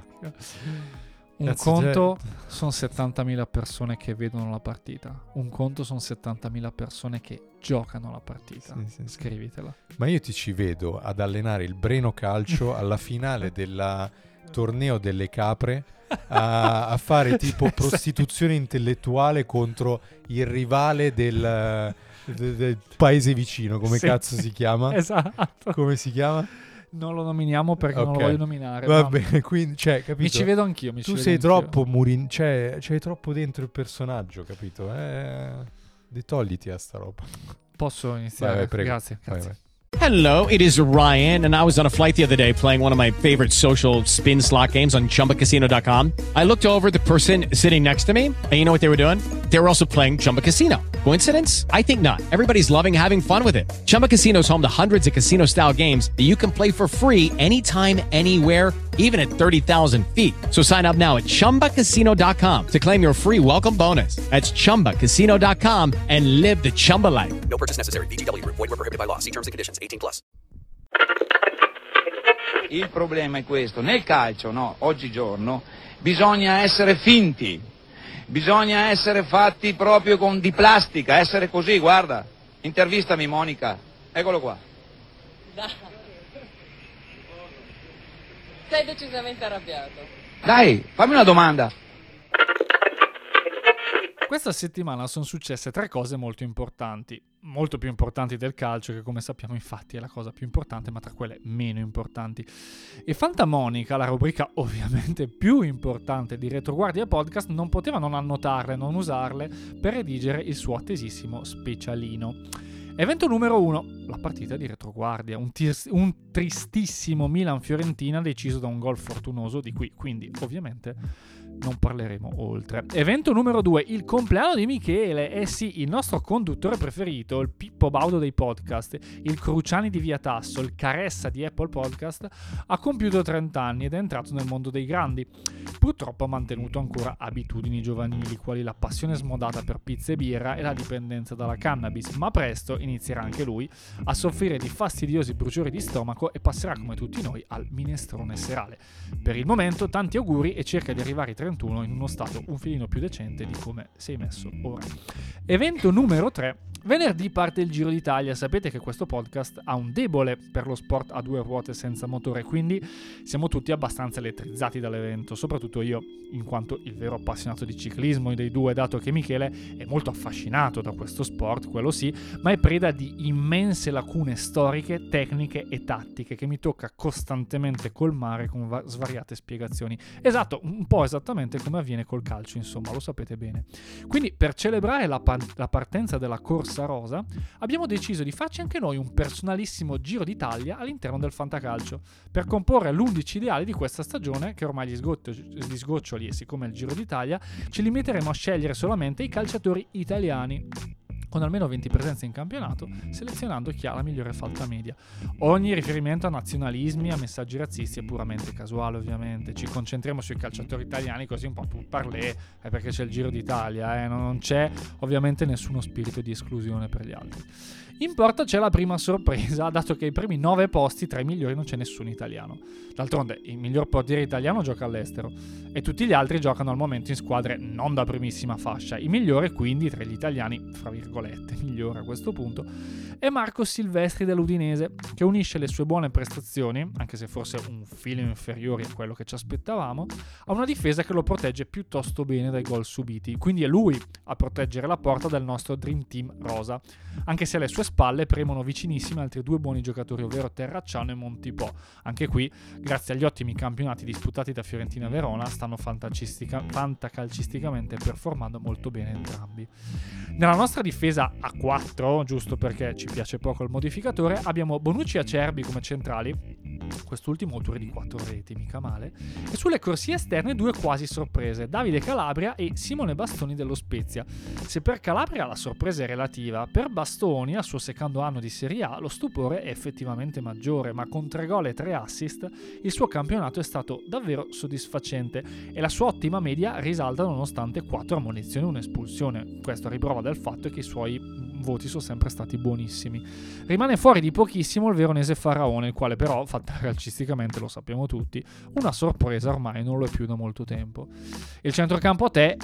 Un conto sono 70.000 persone che vedono la partita. Un conto sono 70.000 persone che giocano la partita. Scrivitela. Ma io ti ci vedo ad allenare il Breno Calcio alla finale del torneo delle capre a fare tipo prostituzione intellettuale contro il rivale del paese vicino. Come cazzo si chiama? Esatto. Come si chiama? Non lo nominiamo perché non lo voglio nominare. Va bene, quindi, capito? Mi ci vedo anch'io. Tu sei troppo c'hai troppo dentro il personaggio, capito? Togliti a sta roba. Posso iniziare? Vai, prego. Grazie. Vai. Hello, it is Ryan, and I was on a flight the other day playing one of my favorite social spin slot games on ChumbaCasino.com. I looked over at the person sitting next to me, and you know what they were doing? They were also playing Chumba Casino. Coincidence? I think not. Everybody's loving having fun with it. Chumba Casino is home to hundreds of casino-style games that you can play for free anytime, anywhere, even at 30,000 feet. So sign up now at ChumbaCasino.com to claim your free welcome bonus. That's ChumbaCasino.com and live the Chumba life. No purchase necessary. VGW. Void where prohibited by law. See terms and conditions. 18+. Il problema è questo. Nel calcio, no, oggigiorno, bisogna essere finti. Bisogna essere fatti proprio di plastica, essere così, guarda. Intervistami, Monica. Eccolo qua. Sei decisamente arrabbiato. Dai, fammi una domanda. Questa settimana sono successe 3 cose molto importanti, molto più importanti del calcio, che come sappiamo infatti è la cosa più importante, ma tra quelle meno importanti. E Fantamonica, la rubrica ovviamente più importante di Retroguardia Podcast, non poteva non annotarle, non usarle per redigere il suo attesissimo specialino. Evento numero 1, la partita di Retroguardia, un tristissimo Milan-Fiorentina deciso da un gol fortunoso, di cui quindi ovviamente non parleremo oltre. Evento numero 2, il compleanno di Michele, sì, il nostro conduttore preferito, il Pippo Baudo dei podcast, il Cruciani di Via Tasso, il Caressa di Apple Podcast, ha compiuto 30 anni ed è entrato nel mondo dei grandi. Purtroppo ha mantenuto ancora abitudini giovanili, quali la passione smodata per pizza e birra e la dipendenza dalla cannabis, ma presto inizierà anche lui a soffrire di fastidiosi bruciori di stomaco e passerà come tutti noi al minestrone serale. Per il momento tanti auguri e cerca di arrivare ai 31 in uno stato un filino più decente di come sei messo ora. Evento numero 3. Venerdì parte il Giro d'Italia. Sapete che questo podcast ha un debole per lo sport a 2 ruote senza motore, quindi siamo tutti abbastanza elettrizzati dall'evento, soprattutto io, in quanto il vero appassionato di ciclismo dei due, dato che Michele è molto affascinato da questo sport, quello sì, ma è preda di immense lacune storiche, tecniche e tattiche che mi tocca costantemente colmare con svariate spiegazioni. Esatto, un po' esattamente come avviene col calcio, insomma, lo sapete bene. Quindi per celebrare la partenza della corsa stessa rosa, abbiamo deciso di farci anche noi un personalissimo Giro d'Italia all'interno del Fantacalcio, per comporre l'11 ideale di questa stagione, che ormai gli sgoccioli, e siccome è il Giro d'Italia, ci limiteremo a scegliere solamente i calciatori italiani con almeno 20 presenze in campionato, selezionando chi ha la migliore falta media. Ogni riferimento a nazionalismi, a messaggi razzisti è puramente casuale, ovviamente. Ci concentriamo sui calciatori italiani, così un po' pour parler, perché c'è il Giro d'Italia, non c'è ovviamente nessuno spirito di esclusione per gli altri. In porta c'è la prima sorpresa, dato che ai primi 9 posti tra i migliori non c'è nessun italiano. D'altronde il miglior portiere italiano gioca all'estero e tutti gli altri giocano al momento in squadre non da primissima fascia. Il migliore quindi tra gli italiani, fra virgolette, migliore a questo punto, è Marco Silvestri dell'Udinese, che unisce le sue buone prestazioni, anche se forse un filo inferiori a quello che ci aspettavamo, a una difesa che lo protegge piuttosto bene dai gol subiti. Quindi è lui a proteggere la porta del nostro Dream Team rosa, anche se alle sue spalle premono vicinissimi altri 2 buoni giocatori, ovvero Terracciano e Montipò. Anche qui, grazie agli ottimi campionati disputati da Fiorentina e Verona, stanno fantacalcisticamente performando molto bene entrambi. Nella nostra difesa a 4, giusto perché ci piace poco il modificatore, abbiamo Bonucci e Acerbi come centrali, quest'ultimo autore di 4 reti, mica male, e sulle corsie esterne 2 quasi sorprese, Davide Calabria e Simone Bastoni dello Spezia. Se per Calabria la sorpresa è relativa, per Bastoni, al suo secondo anno di Serie A, lo stupore è effettivamente maggiore, ma con 3 gol e 3 assist il suo campionato è stato davvero soddisfacente e la sua ottima media risalta nonostante 4 ammonizioni e un'espulsione. Questo a riprova del fatto che i suoi voti sono sempre stati buonissimi. Rimane fuori di pochissimo il veronese Faraone, il quale però, calcisticamente lo sappiamo tutti, una sorpresa ormai non lo è più da molto tempo. Il centrocampo a 3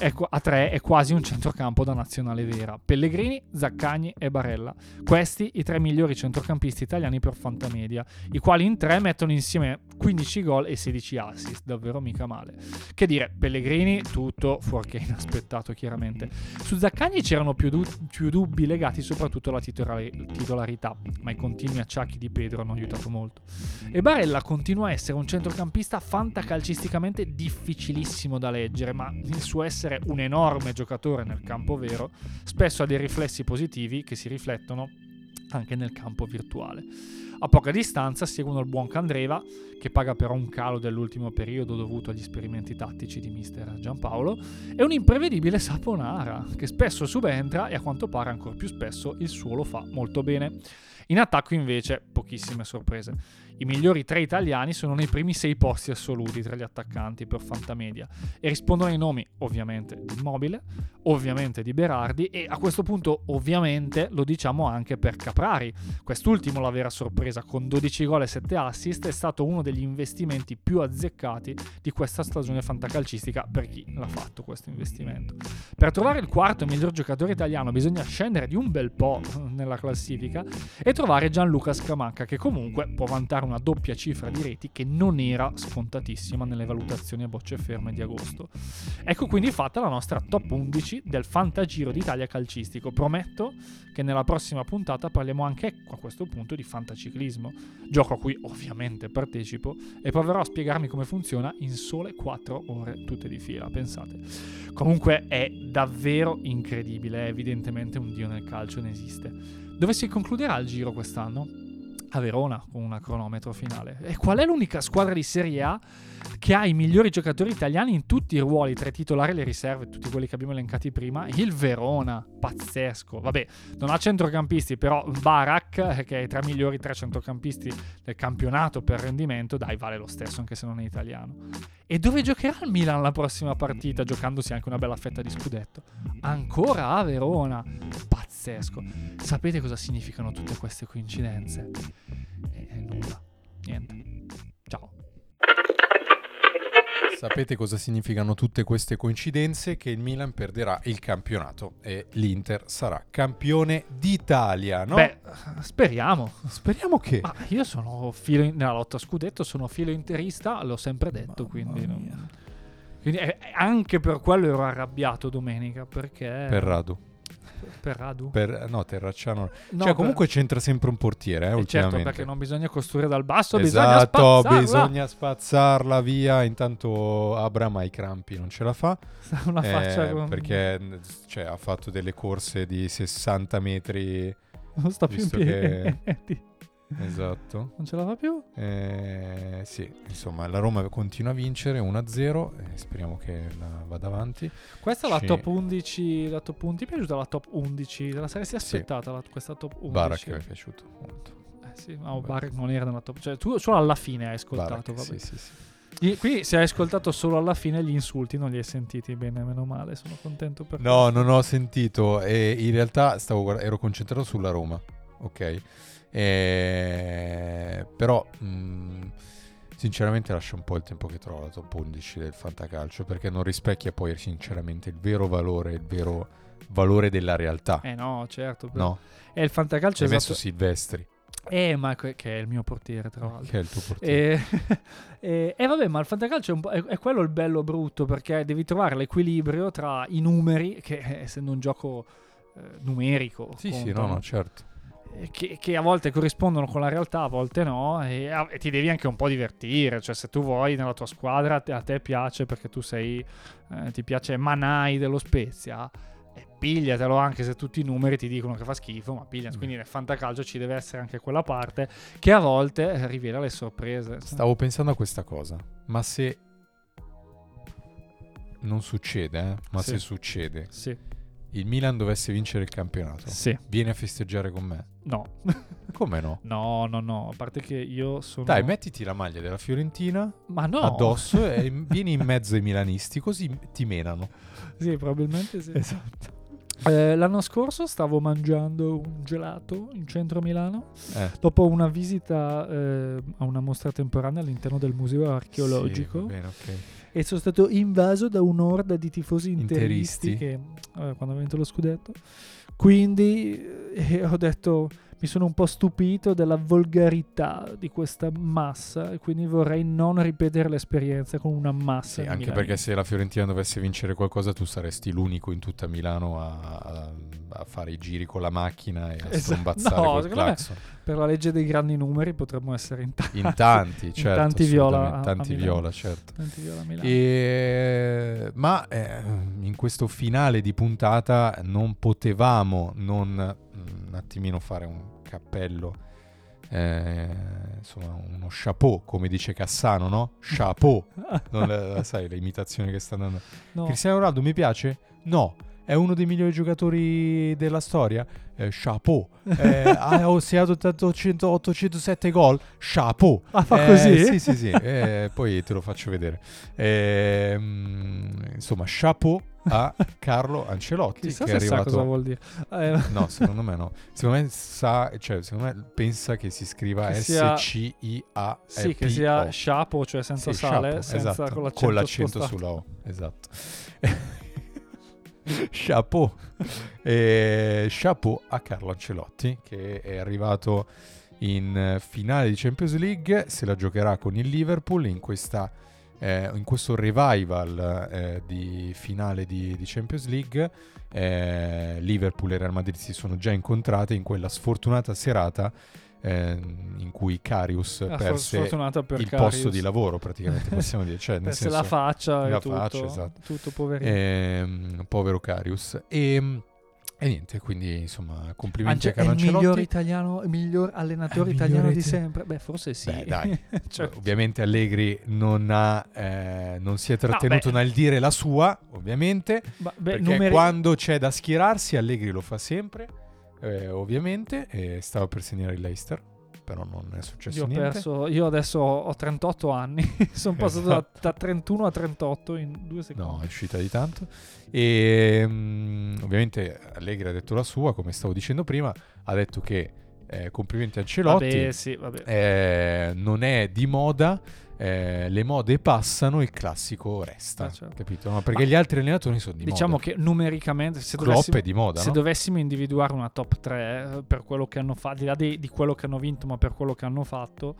è quasi un centrocampo da nazionale vera. Pellegrini, Zaccagni e Barella. Questi i 3 migliori centrocampisti italiani per fantamedia, i quali in 3 mettono insieme 15 gol e 16 assist, davvero mica male. Che dire, Pellegrini tutto fuorché inaspettato chiaramente. Su Zaccagni c'erano più dubbi legati soprattutto alla titolarità, ma i continui acciacchi di Pedro hanno aiutato molto. E Barella continua a essere un centrocampista fantacalcisticamente difficilissimo da leggere, ma il suo essere un enorme giocatore nel campo vero spesso ha dei riflessi positivi che si riflettono anche nel campo virtuale. A poca distanza seguono il buon Candreva, che paga però un calo dell'ultimo periodo dovuto agli esperimenti tattici di mister Giampaolo, e un imprevedibile Saponara, che spesso subentra e a quanto pare ancora più spesso il suo lo fa molto bene. In attacco invece pochissime sorprese. I migliori 3 italiani sono nei primi 6 posti assoluti tra gli attaccanti per fantamedia e rispondono ai nomi ovviamente di Immobile, ovviamente di Berardi e a questo punto ovviamente lo diciamo anche per Caprari. Quest'ultimo, la vera sorpresa, con 12 gol e 7 assist, è stato uno degli investimenti più azzeccati di questa stagione fantacalcistica per chi l'ha fatto questo investimento. Per trovare il quarto miglior giocatore italiano bisogna scendere di un bel po' nella classifica e trovare Gianluca Scamacca, che comunque può vantare una doppia cifra di reti che non era scontatissima nelle valutazioni a bocce ferme di agosto. Ecco quindi fatta la nostra top 11 del Fantagiro d'Italia calcistico. Prometto che nella prossima puntata parliamo anche a questo punto di fantaciclismo, gioco a cui ovviamente partecipo e proverò a spiegarmi come funziona in sole 4 ore tutte di fila, pensate. Comunque è davvero incredibile, evidentemente un dio nel calcio ne esiste. Dove si concluderà il Giro quest'anno? A Verona, con una cronometro finale. E qual è l'unica squadra di Serie A che ha i migliori giocatori italiani in tutti i ruoli, tra i titolari e le riserve, tutti quelli che abbiamo elencati prima? Il Verona, pazzesco. Vabbè, non ha centrocampisti, però Barak, che è tra i migliori 3 centrocampisti del campionato per rendimento, dai, vale lo stesso anche se non è italiano. E dove giocherà il Milan la prossima partita, giocandosi anche una bella fetta di scudetto? Ancora a Verona. Pazzesco. Sapete cosa significano tutte queste coincidenze? Nulla. Niente. Ciao. Sapete cosa significano tutte queste coincidenze? Che il Milan perderà il campionato e l'Inter sarà campione d'Italia, no? Beh, speriamo. Speriamo che... Ma io sono nella lotta a scudetto sono filo interista, l'ho sempre detto, quindi anche per quello ero arrabbiato domenica, perché... Per Radu. Per Radu? No, Terracciano. No, cioè, comunque c'entra sempre un portiere, ultimamente. Certo, perché non bisogna costruire dal basso, esatto, bisogna spazzarla via. Intanto Abraham ha i crampi, non ce la fa. Una faccia perché ha fatto delle corse di 60 metri. Non sta più in piedi. Esatto. Non ce la fa più? Sì, insomma, la Roma continua a vincere 1-0 e speriamo che vada avanti. Questa è la top 11, la top 11. Ti è piaciuta la top 11? Te la saresti aspettata questa top 11? Barak mi è piaciuto molto. Sì, no, Barak non era nella top. Cioè, tu solo alla fine hai ascoltato. Barak, vabbè. Sì. Qui se hai ascoltato solo alla fine gli insulti non li hai sentiti bene, meno male, sono contento per No, non ho sentito e in realtà ero concentrato sulla Roma, ok? Però sinceramente lascia un po' il tempo che trova la top 11 del fantacalcio, perché non rispecchia poi sinceramente il vero valore della realtà. No, certo. No. E il fantacalcio è messo Silvestri. Ma che è il mio portiere, tra l'altro. Che è il tuo portiere. Vabbè, ma il fantacalcio è quello il bello brutto, perché devi trovare l'equilibrio tra i numeri, che essendo un gioco numerico. Sì, no, certo. Che a volte corrispondono con la realtà, a volte no, e ti devi anche un po' divertire. Cioè, se tu vuoi nella tua squadra, a te piace perché tu ti piace Manai dello Spezia, pigliatelo, anche se tutti i numeri ti dicono che fa schifo, ma pigliano. Quindi nel fantacalcio ci deve essere anche quella parte che a volte rivela le sorprese. Stavo pensando a questa cosa, ma se non succede, se succede, il Milan dovesse vincere il campionato, vieni a festeggiare con me? No. Come no? No, a parte che io sono... Dai, mettiti la maglia della Fiorentina addosso e vieni in mezzo ai milanisti, così ti menano. Sì, probabilmente sì. Esatto. L'anno scorso stavo mangiando un gelato in centro a Milano dopo una visita a una mostra temporanea all'interno del museo archeologico. Sì, va bene, ok. E sono stato invaso da un'orda di tifosi interisti che quando ha vinto lo scudetto, quindi ho detto, mi sono un po' stupito della volgarità di questa massa e quindi vorrei non ripetere l'esperienza con una massa. Sì, anche perché se la Fiorentina dovesse vincere qualcosa tu saresti l'unico in tutta Milano a fare i giri con la macchina e a strombazzare col clacson. Per la legge dei grandi numeri potremmo essere in tanti. In tanti, certo. Tanti viola. Tanti viola, certo. Tanti viola a Milano. Ma in questo finale di puntata non potevamo non un attimino fare un cappello, insomma uno chapeau, come dice Cassano, no? Chapeau. Non sai le imitazioni che stanno dando? No. Cristiano Ronaldo mi piace? No. È uno dei migliori giocatori della storia? Chapeau. Ha segnato 807 gol? Chapeau. Fa così? Sì. Poi te lo faccio vedere. Insomma, chapeau a Carlo Ancelotti. Chissà che è arrivato... sa cosa vuol dire. No, secondo me no. Secondo me pensa che si scriva SCIA. Sì, che sia chapeau, cioè senza sale, senza esatto, con l'accento sulla O. Esatto. Chapeau a Carlo Ancelotti, che è arrivato in finale di Champions League, se la giocherà con il Liverpool in questo revival di finale di Champions League. Liverpool e Real Madrid si sono già incontrate in quella sfortunata serata in cui Karius perse il posto di lavoro, praticamente possiamo dire, cioè nel senso, la faccia e esatto. tutto poverino, povero Karius e niente, quindi insomma complimenti a Carlo Ancelotti. È il miglior allenatore italiano di sempre. Beh, forse sì. Beh, dai. Certo. Ovviamente Allegri non si è trattenuto nel dire la sua, ovviamente, perché quando c'è da schierarsi Allegri lo fa sempre. Ovviamente stavo per segnare il Leicester, però non è successo niente. Io adesso ho 38 anni. Sono passato da 31 a 38 in 2 secondi. No, è uscita di tanto. E ovviamente Allegri ha detto la sua, come stavo dicendo prima. Ha detto che complimenti a Ancelotti. Vabbè. Non è di moda. Le mode passano, il classico resta, certo. Capito? No, perché gli altri allenatori sono di moda. Diciamo che numericamente Klopp è di moda, se dovessimo individuare una top 3 per quello che hanno fatto, al di là di quello che hanno vinto, ma per quello che hanno fatto,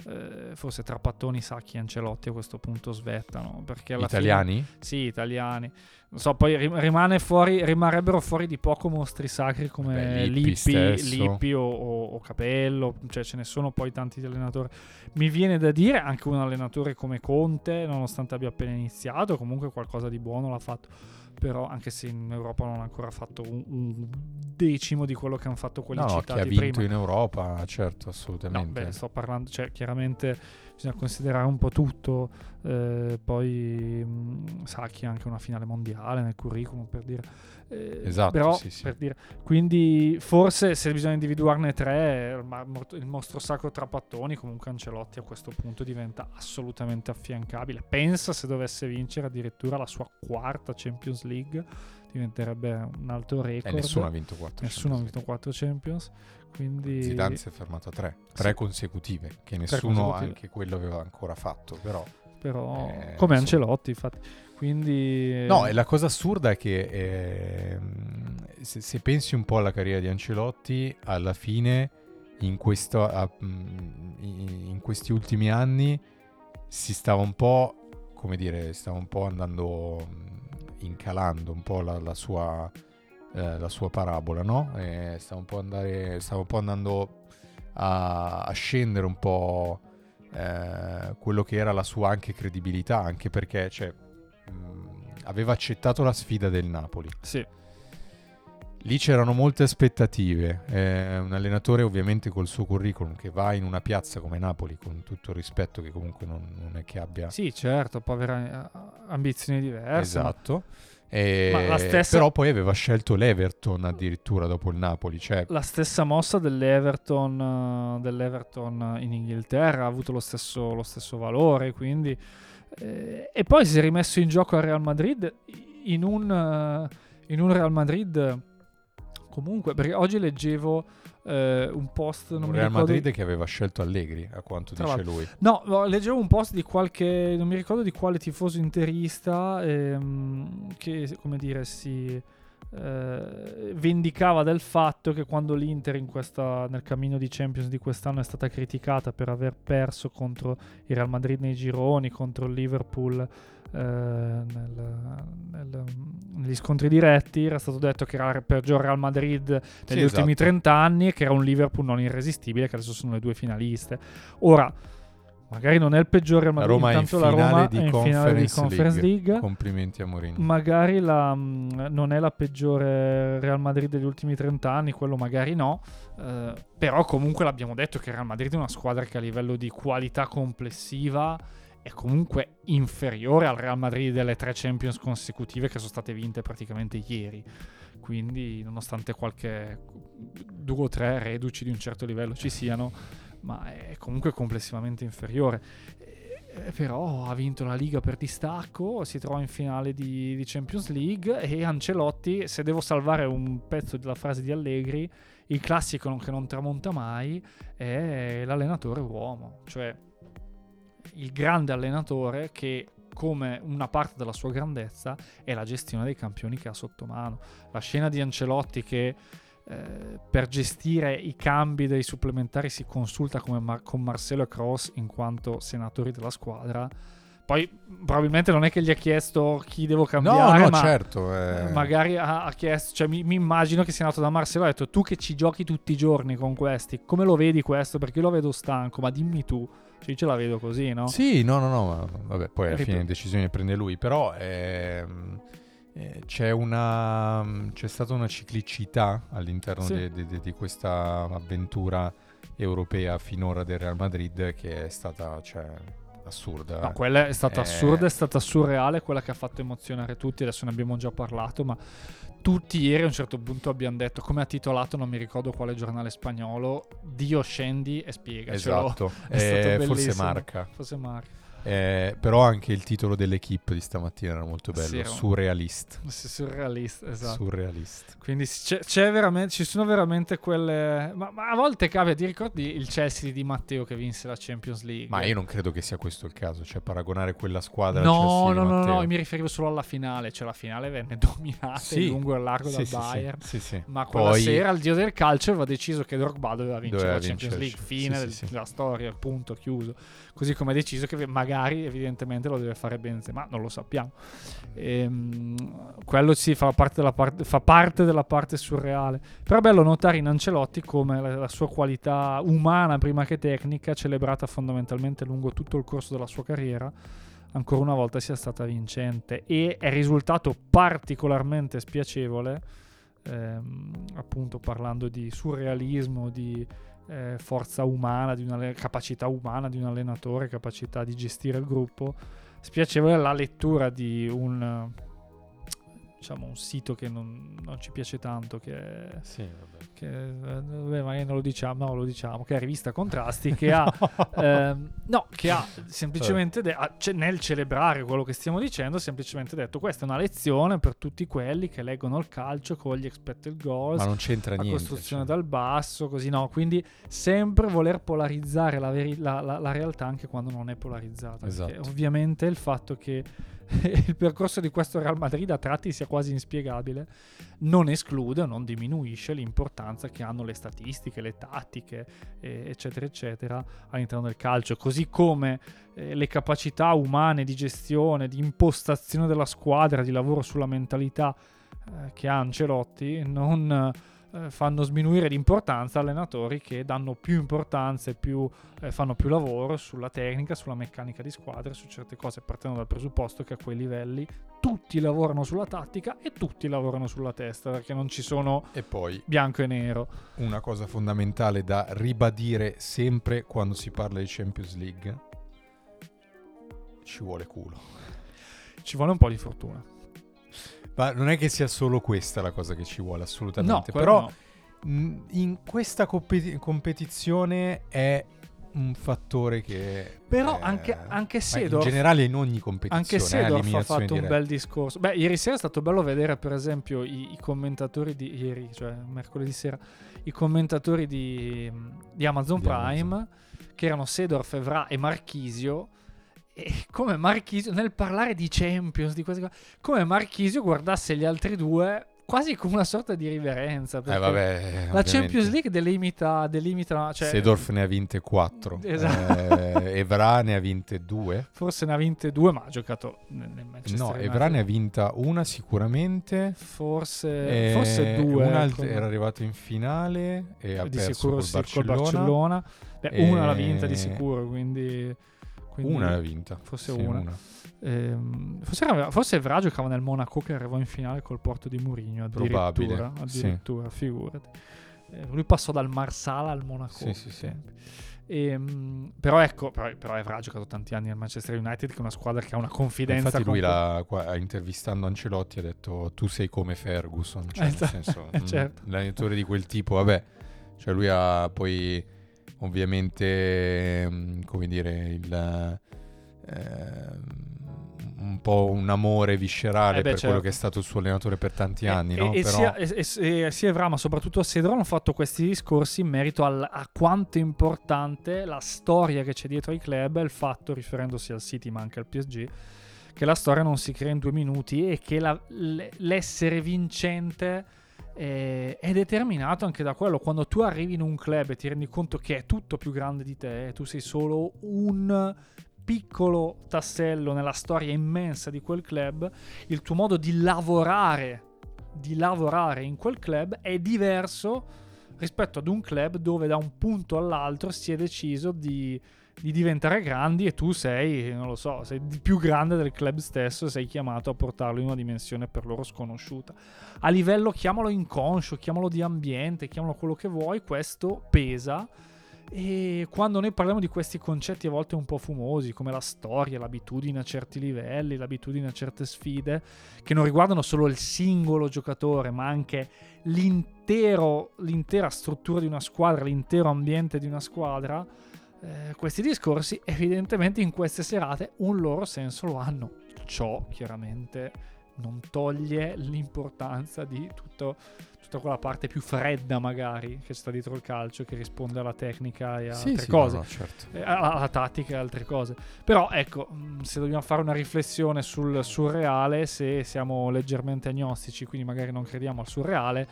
forse Trapattoni, Sacchi e Ancelotti a questo punto svettano, perché alla italiani? fine, sì, italiani. Non so, poi rimarrebbero fuori di poco mostri sacri come Lippi o Capello, cioè ce ne sono poi tanti di allenatori. Mi viene da dire anche un allenatore come Conte, nonostante abbia appena iniziato, comunque qualcosa di buono l'ha fatto, però anche se in Europa non ha ancora fatto un decimo di quello che hanno fatto quelli citati prima. Che ha vinto in Europa, certo, assolutamente. Sto parlando, cioè chiaramente bisogna considerare un po' tutto, poi Sacchi ha anche una finale mondiale nel curriculum, per dire. Esatto, però, sì. Per dire. Quindi forse se bisogna individuarne tre, il mostro sacro Trapattoni, comunque Ancelotti a questo punto diventa assolutamente affiancabile. Pensa se dovesse vincere addirittura la sua quarta Champions League, diventerebbe un alto record. Nessuno ha vinto 4 Champions. Quindi Zidane si è fermato a 3 consecutive, che nessuno anche quello aveva ancora fatto, però come Ancelotti, infatti. Quindi no, e la cosa assurda è che se pensi un po' alla carriera di Ancelotti, alla fine in questi ultimi anni si stava un po', come dire, stava un po' andando incalando un po' la sua parabola, no? Stava un po' andando a scendere un po' quello che era la sua anche credibilità, anche perché aveva accettato la sfida del Napoli. Sì. Lì c'erano molte aspettative. Un allenatore ovviamente col suo curriculum che va in una piazza come Napoli, con tutto il rispetto, che comunque non è che abbia... Sì, certo, può avere ambizioni diverse. Esatto. Ma la stessa... Però poi aveva scelto l'Everton addirittura dopo il Napoli. Cioè... La stessa mossa dell'Everton in Inghilterra ha avuto lo stesso valore, quindi... e poi si è rimesso in gioco al Real Madrid in un Real Madrid comunque, perché oggi leggevo un post, non mi Real ricordo, Madrid che aveva scelto Allegri, a quanto dice lui. No, leggevo un post di qualche, non mi ricordo di quale tifoso interista, che, come dire, si vendicava del fatto che quando l'Inter nel cammino di Champions di quest'anno è stata criticata per aver perso contro il Real Madrid nei gironi, contro il Liverpool negli scontri diretti, era stato detto che era il peggior Real Madrid negli ultimi 30 anni e che era un Liverpool non irresistibile, che adesso sono le due finaliste. Ora magari non è il peggior Real Madrid, intanto la Roma è in finale di Conference League. Complimenti a Mourinho. Magari non è la peggiore Real Madrid degli ultimi 30 anni, quello magari no, però comunque l'abbiamo detto che Real Madrid è una squadra che a livello di qualità complessiva è comunque inferiore al Real Madrid delle 3 Champions consecutive che sono state vinte praticamente ieri. Quindi nonostante qualche 2 o 3 reduci di un certo livello ci siano, ma è comunque complessivamente inferiore. Però ha vinto la Liga per distacco, si trova in finale di Champions League, e Ancelotti, se devo salvare un pezzo della frase di Allegri, il classico che non tramonta mai è l'allenatore uomo, cioè il grande allenatore che, come una parte della sua grandezza, è la gestione dei campioni che ha sotto mano. La scena di Ancelotti che per gestire i cambi dei supplementari si consulta con Marcelo e Kroos in quanto senatori della squadra. Poi probabilmente non è che gli ha chiesto chi devo cambiare, no, ma certo, magari ha chiesto, cioè mi immagino che sia andato da Marcelo e ha detto: tu che ci giochi tutti i giorni con questi, come lo vedi questo? Perché io lo vedo stanco, ma dimmi tu. Cioè, io ce la vedo così, no? Sì, no, ma vabbè, poi alla fine le decisioni le prende lui, però c'è stata una ciclicità all'interno di questa avventura europea finora del Real Madrid che è stata, assurda. No, quella è stata assurda, è stata surreale, quella che ha fatto emozionare tutti. Adesso ne abbiamo già parlato, ma tutti ieri a un certo punto abbiamo detto, come ha titolato non mi ricordo quale giornale spagnolo, Dio scendi e spiegacelo. Esatto, è stato forse Marca. Però anche il titolo dell'equipe di stamattina era molto bello, Sì, Surrealist. Surrealist, esatto. Surrealist. Quindi c'è veramente, ci sono veramente quelle... Ma a volte capita, ti ricordi il Chelsea di Di Matteo che vinse la Champions League? Ma io non credo che sia questo il caso, cioè paragonare quella squadra al No, Chelsea di Matteo. no, mi riferivo solo alla finale, cioè la finale venne dominata in lungo e largo dal Bayern, ma quella Poi... sera il dio del calcio aveva deciso che Drogba doveva vincere la Champions League, fine della storia, punto, chiuso. Così come ha deciso che magari evidentemente lo deve fare Benzema, non lo sappiamo. Quello sì fa parte della parte surreale. Però è bello notare in Ancelotti come la sua qualità umana prima che tecnica, celebrata fondamentalmente lungo tutto il corso della sua carriera, ancora una volta sia stata vincente, e è risultato particolarmente spiacevole, appunto parlando di surrealismo, di forza umana, di una capacità umana di un allenatore, capacità di gestire il gruppo. Spiacevole la lettura di un sito che non ci piace tanto, che magari non lo diciamo, no, lo diciamo, che è Rivista Contrasti, che ha che ha semplicemente nel celebrare quello che stiamo dicendo, semplicemente detto: questa è una lezione per tutti quelli che leggono il calcio con gli expected goals, ma non c'entra niente, costruzione dal basso, così, no, quindi sempre voler polarizzare la realtà anche quando non è polarizzata. Esatto. Ovviamente il fatto che il percorso di questo Real Madrid a tratti sia quasi inspiegabile non esclude, non diminuisce l'importanza che hanno le statistiche, le tattiche, eccetera eccetera all'interno del calcio, così come le capacità umane di gestione, di impostazione della squadra, di lavoro sulla mentalità che ha Ancelotti non fanno sminuire l'importanza allenatori che danno più importanza e fanno più lavoro sulla tecnica, sulla meccanica di squadra, su certe cose, partendo dal presupposto che a quei livelli tutti lavorano sulla tattica e tutti lavorano sulla testa, perché non ci sono bianco e nero. Una cosa fondamentale da ribadire sempre quando si parla di Champions League: ci vuole culo, ci vuole un po' di fortuna. Ma non è che sia solo questa la cosa che ci vuole, assolutamente. No, però in questa competizione è un fattore che... Però anche Seedorf... in generale in ogni competizione. Anche Seedorf ha fatto diretta. un bel discorso. Beh, ieri sera è stato bello vedere, per esempio, i commentatori di... Ieri, cioè mercoledì sera, i commentatori di Amazon Prime, che erano Seedorf, Evra e Marchisio. E come Marchisio, nel parlare di Champions, di queste cose, come Marchisio guardasse gli altri due quasi con una sorta di riverenza, perché la Champions League delimita, cioè, Seedorf ne ha vinte 4, esatto. Evra ne ha vinte 2, forse ne ha vinte 2, ma ha giocato nel Manchester no, United. Evra ne ha vinta una sicuramente, forse 2, una era arrivato in finale e ha perso col Barcellona. Beh, una l'ha vinta di sicuro, quindi una l'ha vinta, forse sì, una. Forse Evra giocava nel Monaco, che arrivò in finale col Porto di Mourinho, addirittura, sì. Figurati. Lui passò dal Marsala al Monaco. Sì. Però Evra ha giocato tanti anni al Manchester United, che è una squadra che ha una confidenza. Infatti lui intervistando Ancelotti ha detto: tu sei come Ferguson, cioè nel senso certo. L'allenatore di quel tipo, vabbè, cioè lui ha poi ovviamente come dire un po' un amore viscerale per quello che è stato il suo allenatore per tanti anni, no? Però... sia Evra, ma soprattutto Seedorf hanno fatto questi discorsi in merito a quanto è importante la storia che c'è dietro ai club, e il fatto, riferendosi al City ma anche al PSG, che la storia non si crea in 2 minuti e che l'essere vincente è determinato anche da quello. Quando tu arrivi in un club e ti rendi conto che è tutto più grande di te, tu sei solo un piccolo tassello nella storia immensa di quel club, il tuo modo di lavorare in quel club è diverso rispetto ad un club dove da un punto all'altro si è deciso di diventare grandi, e tu sei, non lo so, sei di più grande del club stesso, sei chiamato a portarlo in una dimensione per loro sconosciuta. A livello, chiamalo inconscio, chiamalo di ambiente, chiamalo quello che vuoi, questo pesa. E quando noi parliamo di questi concetti a volte un po' fumosi, come la storia, l'abitudine a certi livelli, l'abitudine a certe sfide, che non riguardano solo il singolo giocatore, ma anche l'intera struttura di una squadra, l'intero ambiente di una squadra, questi discorsi evidentemente in queste serate un loro senso lo hanno. Ciò chiaramente non toglie l'importanza di tutta quella parte più fredda magari che sta dietro il calcio, che risponde alla tecnica e a altre cose, no, certo. alla tattica e altre cose. Però ecco, se dobbiamo fare una riflessione sul surreale, se siamo leggermente agnostici, quindi magari non crediamo al surreale,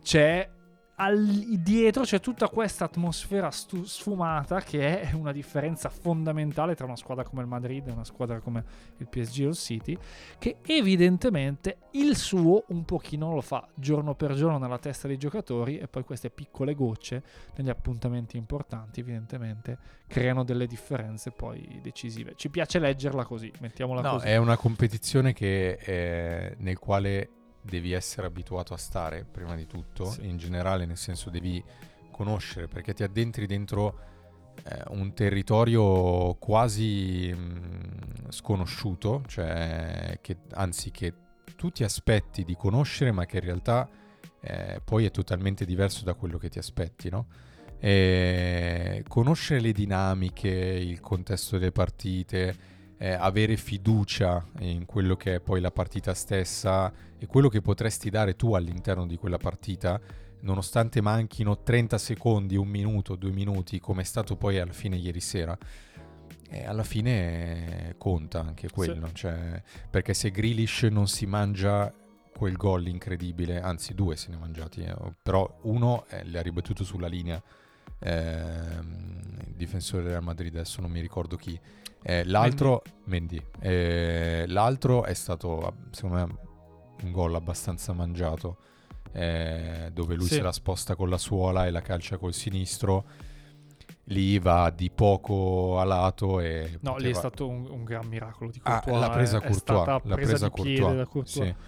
dietro c'è tutta questa atmosfera sfumata che è una differenza fondamentale tra una squadra come il Madrid e una squadra come il PSG o il City, che evidentemente il suo un pochino lo fa giorno per giorno nella testa dei giocatori, e poi queste piccole gocce negli appuntamenti importanti evidentemente creano delle differenze poi decisive. Ci piace leggerla così, mettiamola così. È una competizione che nel quale devi essere abituato a stare prima di tutto, in generale, nel senso devi conoscere, perché ti addentri dentro un territorio quasi sconosciuto, cioè che tu ti aspetti di conoscere, ma che in realtà poi è totalmente diverso da quello che ti aspetti, no? Conoscere le dinamiche, il contesto delle partite, avere fiducia in quello che è poi la partita stessa e quello che potresti dare tu all'interno di quella partita, nonostante manchino 30 secondi, 1 minuto, 2 minuti, come è stato poi alla fine ieri sera. E alla fine conta anche quello, cioè, perché se Grealish non si mangia quel gol incredibile, anzi 2 se ne ha mangiati, però uno l'ha ribattuto sulla linea, il difensore del Real Madrid, adesso non mi ricordo chi, l'altro Mendy, l'altro è stato secondo me un gol abbastanza mangiato, dove lui se la sposta con la suola e la calcia col sinistro, lì va di poco a lato e lì è stato un gran miracolo di Courtois. L'ha presa Courtois, l'ha presa Courtois da Courtois. Sì.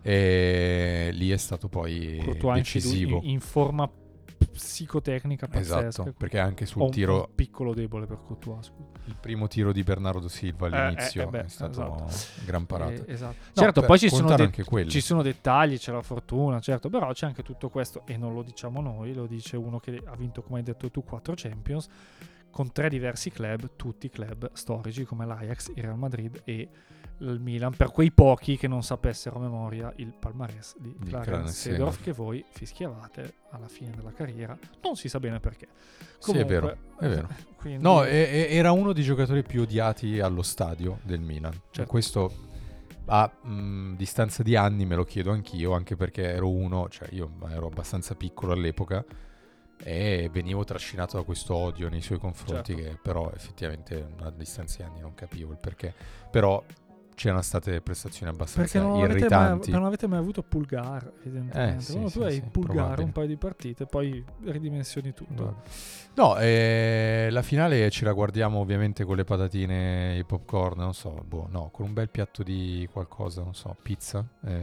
E lì è stato poi Courtois decisivo in forma psicotecnica pazzesca. Esatto, perché anche sul tiro un piccolo debole per Courtois, il primo tiro di Bernardo Silva all'inizio è stato gran parata. Certo, poi ci sono dettagli, c'è la fortuna, certo, però c'è anche tutto questo, e non lo diciamo noi, lo dice uno che ha vinto, come hai detto tu, 4 Champions con 3 diversi club, tutti club storici come l'Ajax, il Real Madrid e il Milan, per quei pochi che non sapessero a memoria il palmarès di Clarence Seedorf, che voi fischiavate alla fine della carriera, non si sa bene perché. Comunque, sì, è vero. Quindi... No, era uno dei giocatori più odiati allo stadio del Milan. Cioè, questo a distanza di anni me lo chiedo anch'io, anche perché io ero abbastanza piccolo all'epoca e venivo trascinato da questo odio nei suoi confronti, che però effettivamente a distanza di anni non capivo il perché. Però c'erano state prestazioni abbastanza irritanti. Non avete mai avuto Pulgar, evidentemente. Tu hai Pulgar un paio di partite, poi ridimensioni tutto. No, la finale ce la guardiamo ovviamente con le patatine e i popcorn, non so, con un bel piatto di qualcosa, non so, pizza.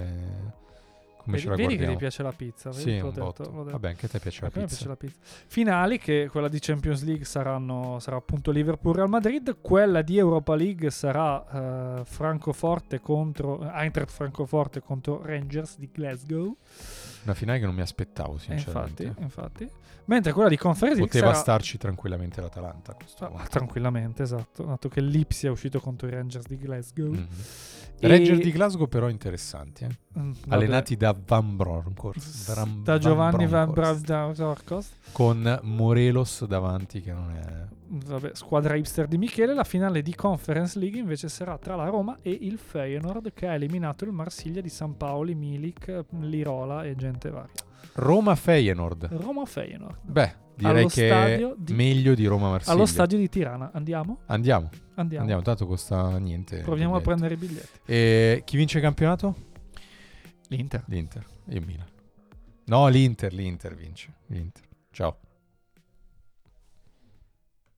Come ce la vedi guardiamo? Che ti piace la pizza? Sì, vabbè, anche a te piace la pizza. Finali, che quella di Champions League sarà appunto Liverpool-Real Madrid, quella di Europa League sarà Eintracht Francoforte contro Rangers di Glasgow. Una finale che non mi aspettavo, sinceramente. Infatti. Mentre quella di Conference League poteva starci tranquillamente l'Atalanta. Tranquillamente, esatto. Dato che l'Ipsia è uscito contro i Rangers di Glasgow. Mm-hmm. Rangers di Glasgow però interessanti, allenati da Van Bronckhorst, da Giovanni Van Bronckhorst, con Morelos davanti, che non è squadra hipster di Michele. La finale di Conference League invece sarà tra la Roma e il Feyenoord, che ha eliminato il Marsiglia di Sampaoli, Milik, Lirola e gente varia. Roma-Feyenoord. Beh, direi che è meglio di Roma-Marsiglia. Allo stadio di Tirana. Andiamo, tanto costa niente. Proviamo a prendere i biglietti. E chi vince il campionato? L'Inter. E il Milan. No, l'Inter vince. Ciao.